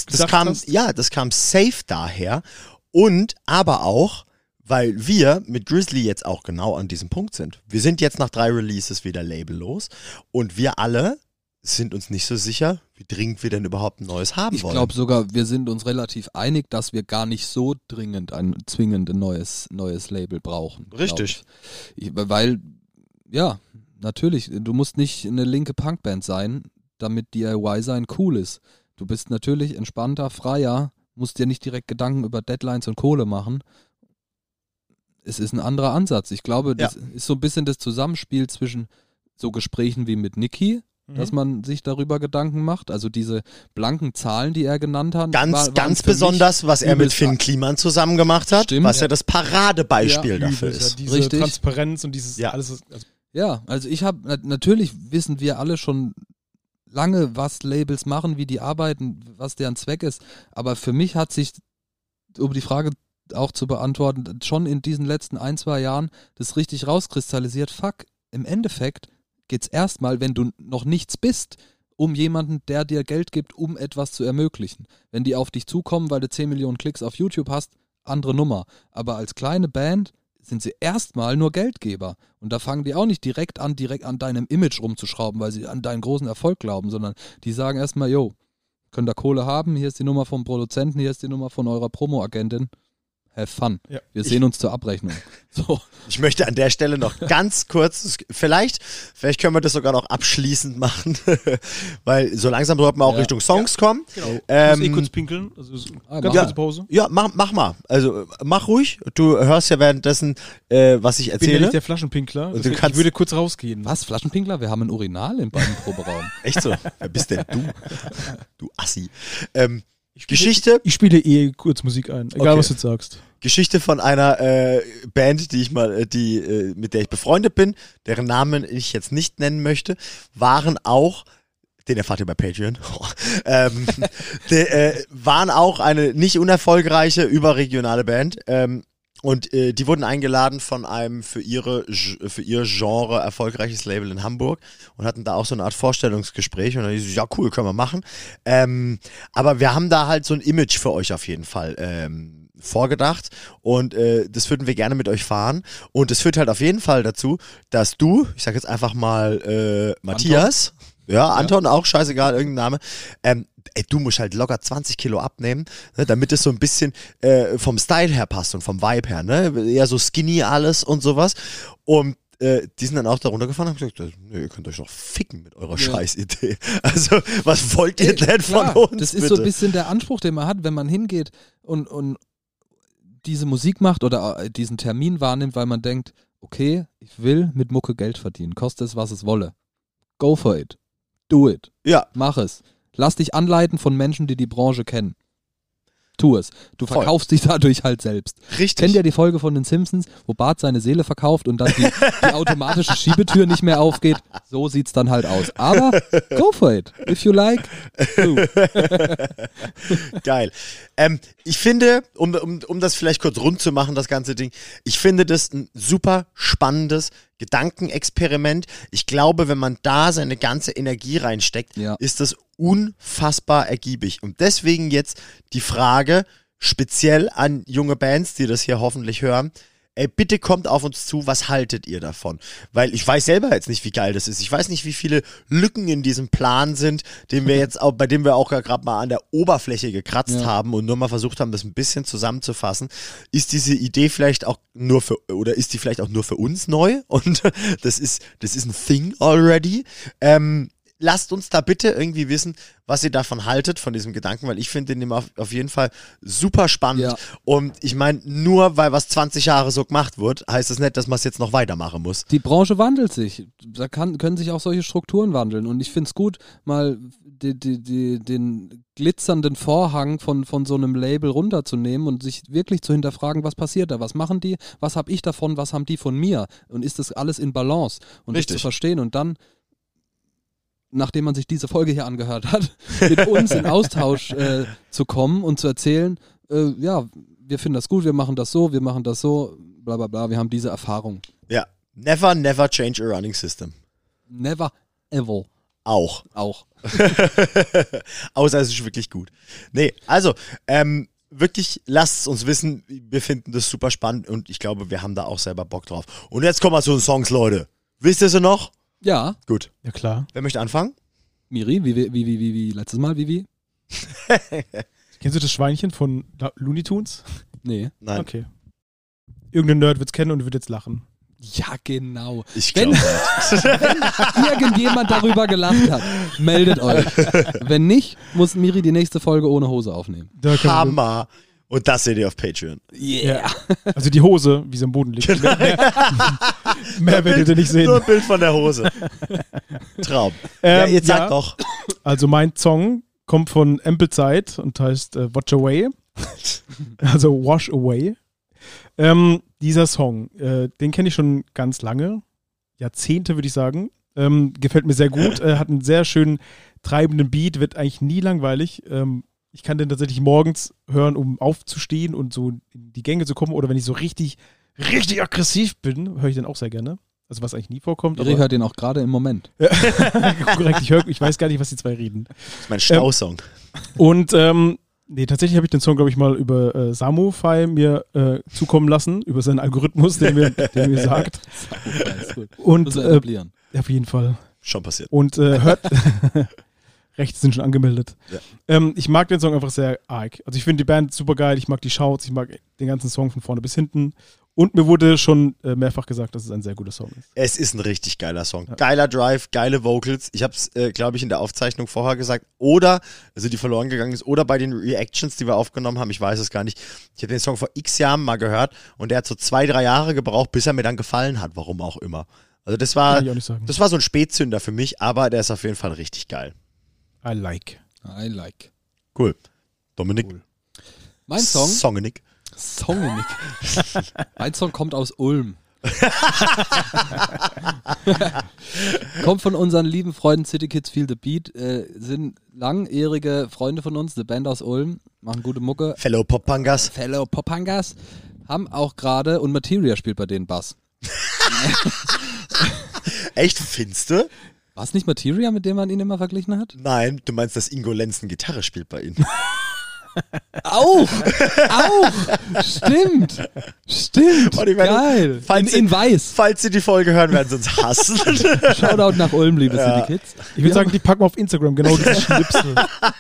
das kam safe daher und aber auch, weil wir mit Grizzly jetzt auch genau an diesem Punkt sind. Wir sind jetzt nach 3 Releases wieder labellos und wir alle sind uns nicht so sicher, wie dringend wir denn überhaupt ein neues haben wollen. Ich glaube sogar, wir sind uns relativ einig, dass wir gar nicht so zwingend ein neues Label brauchen. Richtig. Weil, ja, natürlich, du musst nicht eine linke Punkband sein, damit DIY sein cool ist. Du bist natürlich entspannter, freier, musst dir nicht direkt Gedanken über Deadlines und Kohle machen. Es ist ein anderer Ansatz. Ich glaube, das ist so ein bisschen das Zusammenspiel zwischen so Gesprächen wie mit Niki, dass man sich darüber Gedanken macht. Also diese blanken Zahlen, die er genannt hat. Ganz besonders, was er mit Finn Kliman zusammen gemacht hat, was ja das Paradebeispiel dafür ist. Diese Richtig. Transparenz und dieses alles. Ja, also natürlich wissen wir alle schon lange, was Labels machen, wie die arbeiten, was deren Zweck ist. Aber für mich hat sich, um die Frage auch zu beantworten, schon in diesen letzten 1-2 Jahren das richtig rauskristallisiert. Fuck, im Endeffekt geht es erstmal, wenn du noch nichts bist, um jemanden, der dir Geld gibt, um etwas zu ermöglichen. Wenn die auf dich zukommen, weil du 10 Millionen Klicks auf YouTube hast, andere Nummer. Aber als kleine Band sind sie erstmal nur Geldgeber. Und da fangen die auch nicht direkt an deinem Image rumzuschrauben, weil sie an deinen großen Erfolg glauben, sondern die sagen erstmal, yo, könnt ihr Kohle haben, hier ist die Nummer vom Produzenten, hier ist die Nummer von eurer Promo-Agentin. Have fun. Ja. Wir sehen uns zur Abrechnung. So. Ich möchte an der Stelle noch ganz kurz, vielleicht können wir das sogar noch abschließend machen, weil so langsam sollten wir auch Richtung Songs kommen. Genau. Ich muss kurz pinkeln. Also ganz kurze Pause. Ja, mach mal. Also mach ruhig. Du hörst ja währenddessen, was ich erzähle. Ich bin ja nicht der Flaschenpinkler. Also ich würde kurz rausgehen. Was? Flaschenpinkler? Wir haben ein Urinal im beiden Proberaum. Echt so? Wer bist denn du? Du Assi. Geschichte. Ich spiele kurz Musik ein, egal was du jetzt sagst. Geschichte von einer Band, mit der ich befreundet bin, deren Namen ich jetzt nicht nennen möchte, waren auch, den erfahrt ihr bei Patreon, waren auch eine nicht unerfolgreiche überregionale Band. Und die wurden eingeladen von einem für ihr Genre erfolgreiches Label in Hamburg und hatten da auch so eine Art Vorstellungsgespräch und dann hieß es, ja cool, können wir machen. Aber wir haben da halt so ein Image für euch auf jeden Fall vorgedacht und das würden wir gerne mit euch fahren und es führt halt auf jeden Fall dazu, dass du, ich sag jetzt einfach mal Matthias, Anton auch, scheißegal, irgendein Name, du musst halt locker 20 Kilo abnehmen, ne, damit es so ein bisschen vom Style her passt und vom Vibe her, ne? Eher so skinny alles und sowas. Und die sind dann auch da runtergefahren und haben gesagt, nö, ihr könnt euch doch ficken mit eurer Scheißidee. Also, was wollt ihr denn von uns? Das ist bitte? So ein bisschen der Anspruch, den man hat, wenn man hingeht und diese Musik macht oder diesen Termin wahrnimmt, weil man denkt, okay, ich will mit Mucke Geld verdienen, koste es, was es wolle. Go for it. Do it. Ja. Mach es. Lass dich anleiten von Menschen, die die Branche kennen. Tu es. Du verkaufst dich dadurch halt selbst. Richtig. Kennt ihr die Folge von den Simpsons, wo Bart seine Seele verkauft und dann die automatische Schiebetür nicht mehr aufgeht? So sieht's dann halt aus. Aber go for it. If you like, do. Geil. Ich finde, um das vielleicht kurz rund zu machen, das ganze Ding, ich finde das ein super spannendes Gedankenexperiment. Ich glaube, wenn man da seine ganze Energie reinsteckt, ist das unfassbar ergiebig. Und deswegen jetzt die Frage, speziell an junge Bands, die das hier hoffentlich hören, ey, bitte kommt auf uns zu, was haltet ihr davon? Weil ich weiß selber jetzt nicht, wie geil das ist. Ich weiß nicht, wie viele Lücken in diesem Plan sind, bei dem wir auch gerade mal an der Oberfläche gekratzt haben und nur mal versucht haben, das ein bisschen zusammenzufassen. Ist diese Idee vielleicht auch ist die vielleicht auch nur für uns neu? Und das ist ein Thing already. Lasst uns da bitte irgendwie wissen, was ihr davon haltet, von diesem Gedanken, weil ich finde den immer auf jeden Fall super spannend. Ja. Und ich meine, nur weil was 20 Jahre so gemacht wird, heißt das nicht, dass man es jetzt noch weitermachen muss. Die Branche wandelt sich. Da können sich auch solche Strukturen wandeln. Und ich finde es gut, mal den glitzernden Vorhang von so einem Label runterzunehmen und sich wirklich zu hinterfragen, was passiert da, was machen die, was habe ich davon, was haben die von mir? Und ist das alles in Balance? Und das zu verstehen und dann, nachdem man sich diese Folge hier angehört hat, mit uns in Austausch zu kommen und zu erzählen, wir finden das gut, wir machen das so, bla bla bla, wir haben diese Erfahrung. Ja, never change a running system. Never ever. Auch. Außer es ist wirklich gut. Nee, also, wirklich, lasst es uns wissen, wir finden das super spannend und ich glaube, wir haben da auch selber Bock drauf. Und jetzt kommen wir zu den Songs, Leute. Wisst ihr sie noch? Ja. Gut. Ja, klar. Wer möchte anfangen? Miri, wie letztes Mal, wie? Kennst du das Schweinchen von Looney Tunes? Nee. Nein. Okay. Irgendein Nerd wird es kennen und wird jetzt lachen. Ja, genau. Ich glaube nicht. Wenn irgendjemand darüber gelacht hat, meldet euch. Wenn nicht, muss Miri die nächste Folge ohne Hose aufnehmen. Hammer. Und das seht ihr auf Patreon. Yeah. Ja. Also die Hose, wie sie am Boden liegt. Mehr werdet ihr nicht sehen. Nur ein Bild von der Hose. Traum. Jetzt sagt doch. Also mein Song kommt von Amplezeit und heißt Watch Away. Also Wash Away. Dieser Song, den kenne ich schon ganz lange. Jahrzehnte, würde ich sagen. Gefällt mir sehr gut. Hat einen sehr schönen treibenden Beat, wird eigentlich nie langweilig. Ich kann den tatsächlich morgens hören, um aufzustehen und so in die Gänge zu kommen. Oder wenn ich so richtig aggressiv bin, höre ich den auch sehr gerne. Also was eigentlich nie vorkommt. Ich höre den auch gerade im Moment. Korrekt, ich weiß gar nicht, was die zwei reden. Das ist mein Stausong. Und tatsächlich habe ich den Song, glaube ich, mal über Samu-Fi mir zukommen lassen, über seinen Algorithmus, der mir sagt. Samu-Fi ist gut. Und auf jeden Fall. Schon passiert. Und hört... Rechts sind schon angemeldet. Ja. Ich mag den Song einfach sehr arg. Also ich finde die Band super geil, ich mag die Shouts, ich mag den ganzen Song von vorne bis hinten. Und mir wurde schon mehrfach gesagt, dass es ein sehr guter Song ist. Es ist ein richtig geiler Song. Ja. Geiler Drive, geile Vocals. Ich habe es, glaube ich, in der Aufzeichnung vorher gesagt. Die verloren gegangen ist. Oder bei den Reactions, die wir aufgenommen haben. Ich weiß es gar nicht. Ich habe den Song vor x Jahren mal gehört. Und der hat so 2-3 Jahre gebraucht, bis er mir dann gefallen hat. Warum auch immer. Also das war so ein Spätzünder für mich. Aber der ist auf jeden Fall richtig geil. I like. Cool. Dominik. Cool. Mein Song? Songenik. Mein Song kommt aus Ulm. Kommt von unseren lieben Freunden City Kids Feel the Beat. Sind langjährige Freunde von uns, eine Band aus Ulm. Machen gute Mucke. Fellow Popangas. Haben auch gerade, und Materia spielt bei denen Bass. Echt, finste? War es nicht Materia, mit dem man ihn immer verglichen hat? Nein, du meinst, dass Ingo Lenzen Gitarre spielt bei ihnen. Auch! Stimmt! Geil! In weiß. Falls sie die Folge hören, werden sie uns hassen. Shoutout nach Ulm, liebe City Kids. Ich würde sagen, die packen wir auf Instagram, genau diese Schnipsel.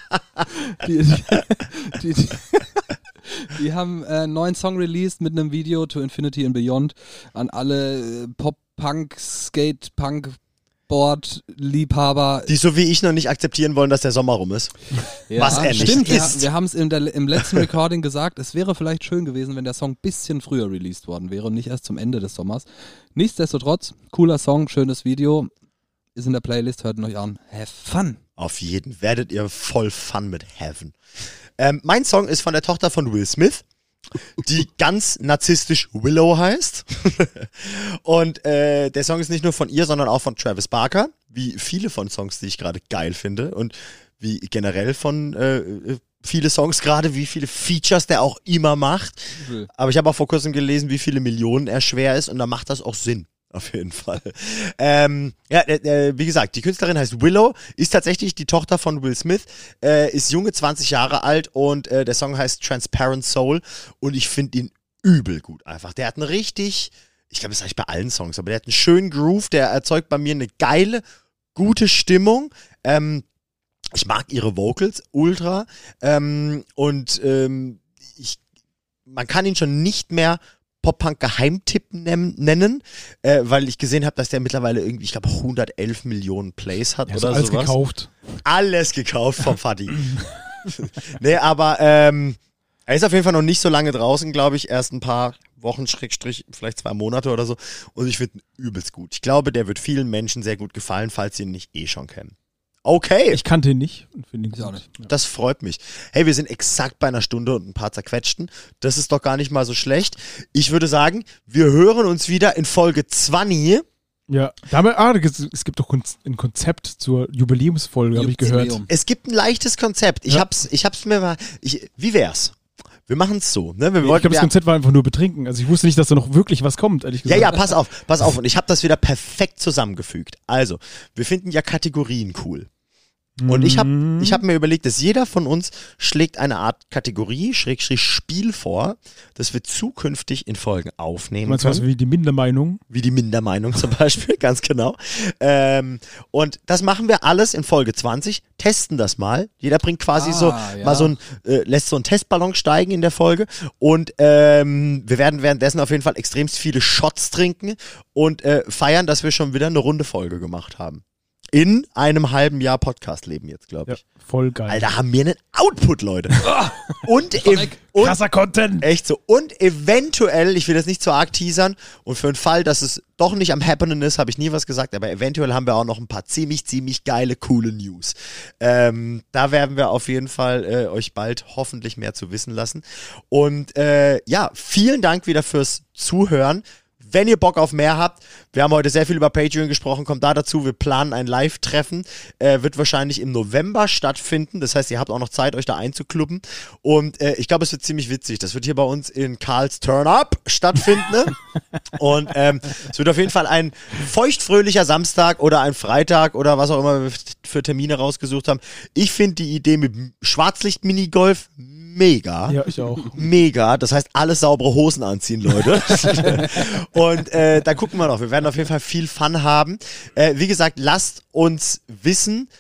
Die haben einen neuen Song released mit einem Video To Infinity and Beyond an alle Pop-Punk, Skate-Punk, Board-Liebhaber. Die so wie ich noch nicht akzeptieren wollen, dass der Sommer rum ist. Ja, was er nicht ist. Wir haben es im letzten Recording gesagt, es wäre vielleicht schön gewesen, wenn der Song ein bisschen früher released worden wäre und nicht erst zum Ende des Sommers. Nichtsdestotrotz, cooler Song, schönes Video, ist in der Playlist, hört ihn euch an. Have fun. Auf jeden werdet ihr voll Fun mit Heaven. Mein Song ist von der Tochter von Will Smith, die ganz narzisstisch Willow heißt. Und der Song ist nicht nur von ihr, sondern auch von Travis Barker, wie viele von Songs, die ich gerade geil finde und wie generell von viele Songs gerade, wie viele Features der auch immer macht. Aber ich habe auch vor kurzem gelesen, wie viele Millionen er schwer ist und da macht das auch Sinn. Auf jeden Fall. Wie gesagt, die Künstlerin heißt Willow, ist tatsächlich die Tochter von Will Smith, ist junge 20 Jahre alt und der Song heißt Transparent Soul und ich finde ihn übel gut einfach. Der hat einen richtig, ich glaube, das sage ich bei allen Songs, aber der hat einen schönen Groove, der erzeugt bei mir eine geile, gute Stimmung. Ich mag ihre Vocals ultra man kann ihn schon nicht mehr Pop-Punk-Geheimtipp nennen, weil ich gesehen habe, dass der mittlerweile irgendwie, ich glaube, 111 Millionen Plays hat oder alles sowas. Gekauft. Alles gekauft vom Fadi. Nee, aber er ist auf jeden Fall noch nicht so lange draußen, glaube ich, erst ein paar Wochen, vielleicht 2 Monate oder so und ich finde ihn übelst gut. Ich glaube, der wird vielen Menschen sehr gut gefallen, falls sie ihn nicht schon kennen. Okay. Ich kannte ihn nicht und finde ihn gut. Auch nicht. Ja. Das freut mich. Hey, wir sind exakt bei 1 Stunde und ein paar zerquetschten. Das ist doch gar nicht mal so schlecht. Ich würde sagen, wir hören uns wieder in Folge 20. Ja, es gibt doch ein Konzept zur Jubiläumsfolge, habe ich gehört. Es gibt ein leichtes Konzept. Ich hab's mir mal. Wie wär's? Wir machen es so. Ne? Ich glaube, das Konzept war einfach nur betrinken. Also ich wusste nicht, dass da noch wirklich was kommt, ehrlich gesagt. Ja, pass auf. Und ich habe das wieder perfekt zusammengefügt. Also, wir finden ja Kategorien cool. Und ich hab mir überlegt, dass jeder von uns schlägt eine Art Kategorie, Spiel vor, das wir zukünftig in Folgen aufnehmen können. Was wie die Mindermeinung? Wie die Mindermeinung zum Beispiel, ganz genau. Und das machen wir alles in Folge 20, testen das mal. Jeder bringt quasi lässt so einen Testballon steigen in der Folge. Und wir werden währenddessen auf jeden Fall extremst viele Shots trinken und feiern, dass wir schon wieder eine runde Folge gemacht haben. In einem halben Jahr Podcast-Leben jetzt, glaube ich. Ja, voll geil. Alter, haben wir einen Output, Leute. und krasser Content. Echt so. Und eventuell, ich will das nicht zu arg teasern, und für den Fall, dass es doch nicht am Happening ist, habe ich nie was gesagt, aber eventuell haben wir auch noch ein paar ziemlich geile, coole News. Da werden wir auf jeden Fall euch bald hoffentlich mehr zu wissen lassen. Und vielen Dank wieder fürs Zuhören. Wenn ihr Bock auf mehr habt, wir haben heute sehr viel über Patreon gesprochen, kommt da dazu, wir planen ein Live-Treffen, wird wahrscheinlich im November stattfinden, das heißt, ihr habt auch noch Zeit, euch da einzukluppen und ich glaube, es wird ziemlich witzig, das wird hier bei uns in Karls Turn-Up stattfinden ne? Und es wird auf jeden Fall ein feuchtfröhlicher Samstag oder ein Freitag oder was auch immer wir für Termine rausgesucht haben. Ich finde die Idee mit Schwarzlicht-Minigolf mega. Ja, ich auch. Mega. Das heißt, alles saubere Hosen anziehen, Leute. Und da gucken wir noch. Wir werden auf jeden Fall viel Fun haben. Wie gesagt, lasst uns wissen,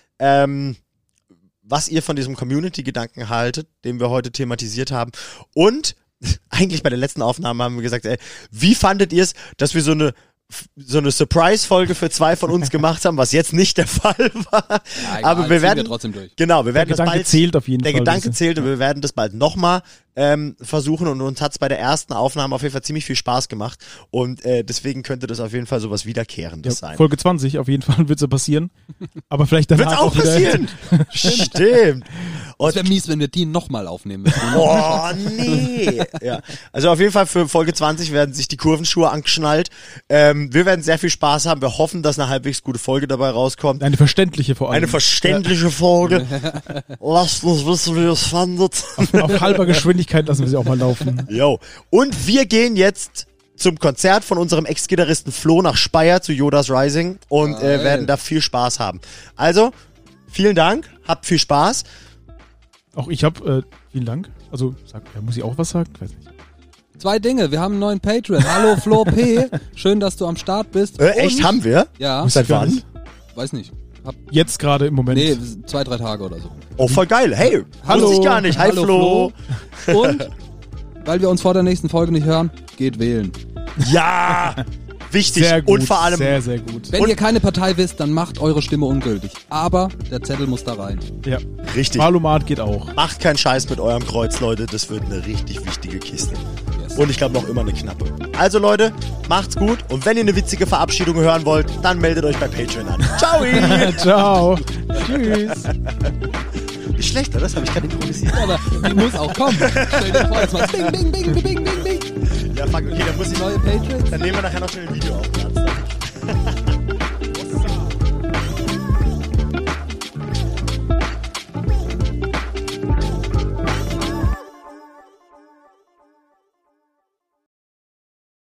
was ihr von diesem Community-Gedanken haltet, den wir heute thematisiert haben. Und eigentlich bei der letzten Aufnahme haben wir gesagt, wie fandet ihr es, dass wir so eine Surprise-Folge für 2 von uns gemacht haben, was jetzt nicht der Fall war. Ja, egal, aber wir werden trotzdem durch. Genau, wir werden das bald. Der Gedanke zählt auf jeden Fall. Der Gedanke zählt und wir werden das bald nochmal versuchen und uns hat es bei der ersten Aufnahme auf jeden Fall ziemlich viel Spaß gemacht und deswegen könnte das auf jeden Fall sowas Wiederkehrendes sein. Folge 20 auf jeden Fall wird es passieren, aber vielleicht danach wird's auch passieren. Stimmt. Es wäre mies, wenn wir die nochmal aufnehmen müssen. Oh, nee. Ja. Also auf jeden Fall für Folge 20 werden sich die Kurvenschuhe angeschnallt. Wir werden sehr viel Spaß haben. Wir hoffen, dass eine halbwegs gute Folge dabei rauskommt. Eine verständliche vor allem. Eine verständliche Folge. Lasst uns wissen, wie ihr es fandet. Auf halber Geschwindigkeit lassen wir sie auch mal laufen. Jo. Und wir gehen jetzt zum Konzert von unserem Ex-Gitarristen Flo nach Speyer zu Yoda's Rising und werden da viel Spaß haben. Also, vielen Dank. Habt viel Spaß. Auch ich habe, vielen Dank. Also, muss ich auch was sagen? Ich weiß nicht. 2 Dinge. Wir haben einen neuen Patreon. Hallo Flo P. Schön, dass du am Start bist. Echt, haben wir? Ja. Seit wann? Weiß nicht. Jetzt gerade im Moment. Nee, 2-3 Tage oder so. Oh, voll geil. Hey, hallo. Wusste ich gar nicht. Hi, Hallo, Flo. Und, weil wir uns vor der nächsten Folge nicht hören, geht wählen. Ja, wichtig. Sehr gut, und vor allem, sehr, sehr gut. Wenn ihr keine Partei wisst, dann macht eure Stimme ungültig. Aber der Zettel muss da rein. Ja, richtig. Wahlomat geht auch. Macht keinen Scheiß mit eurem Kreuz, Leute. Das wird eine richtig wichtige Kiste. Yes. Und ich glaube noch immer eine knappe. Also Leute, macht's gut. Und wenn ihr eine witzige Verabschiedung hören wollt, dann meldet euch bei Patreon an. Ciao. Ciao. Tschüss. Nicht schlecht, oder? Das habe ich gerade improvisiert. Aber die muss auch kommen. Stell dir vor, jetzt mal bing, bing, bing, bing, bing, bing. Ja, fuck, okay, dann muss ich neue Patreons. Dann nehmen wir nachher noch schnell ein Video auf.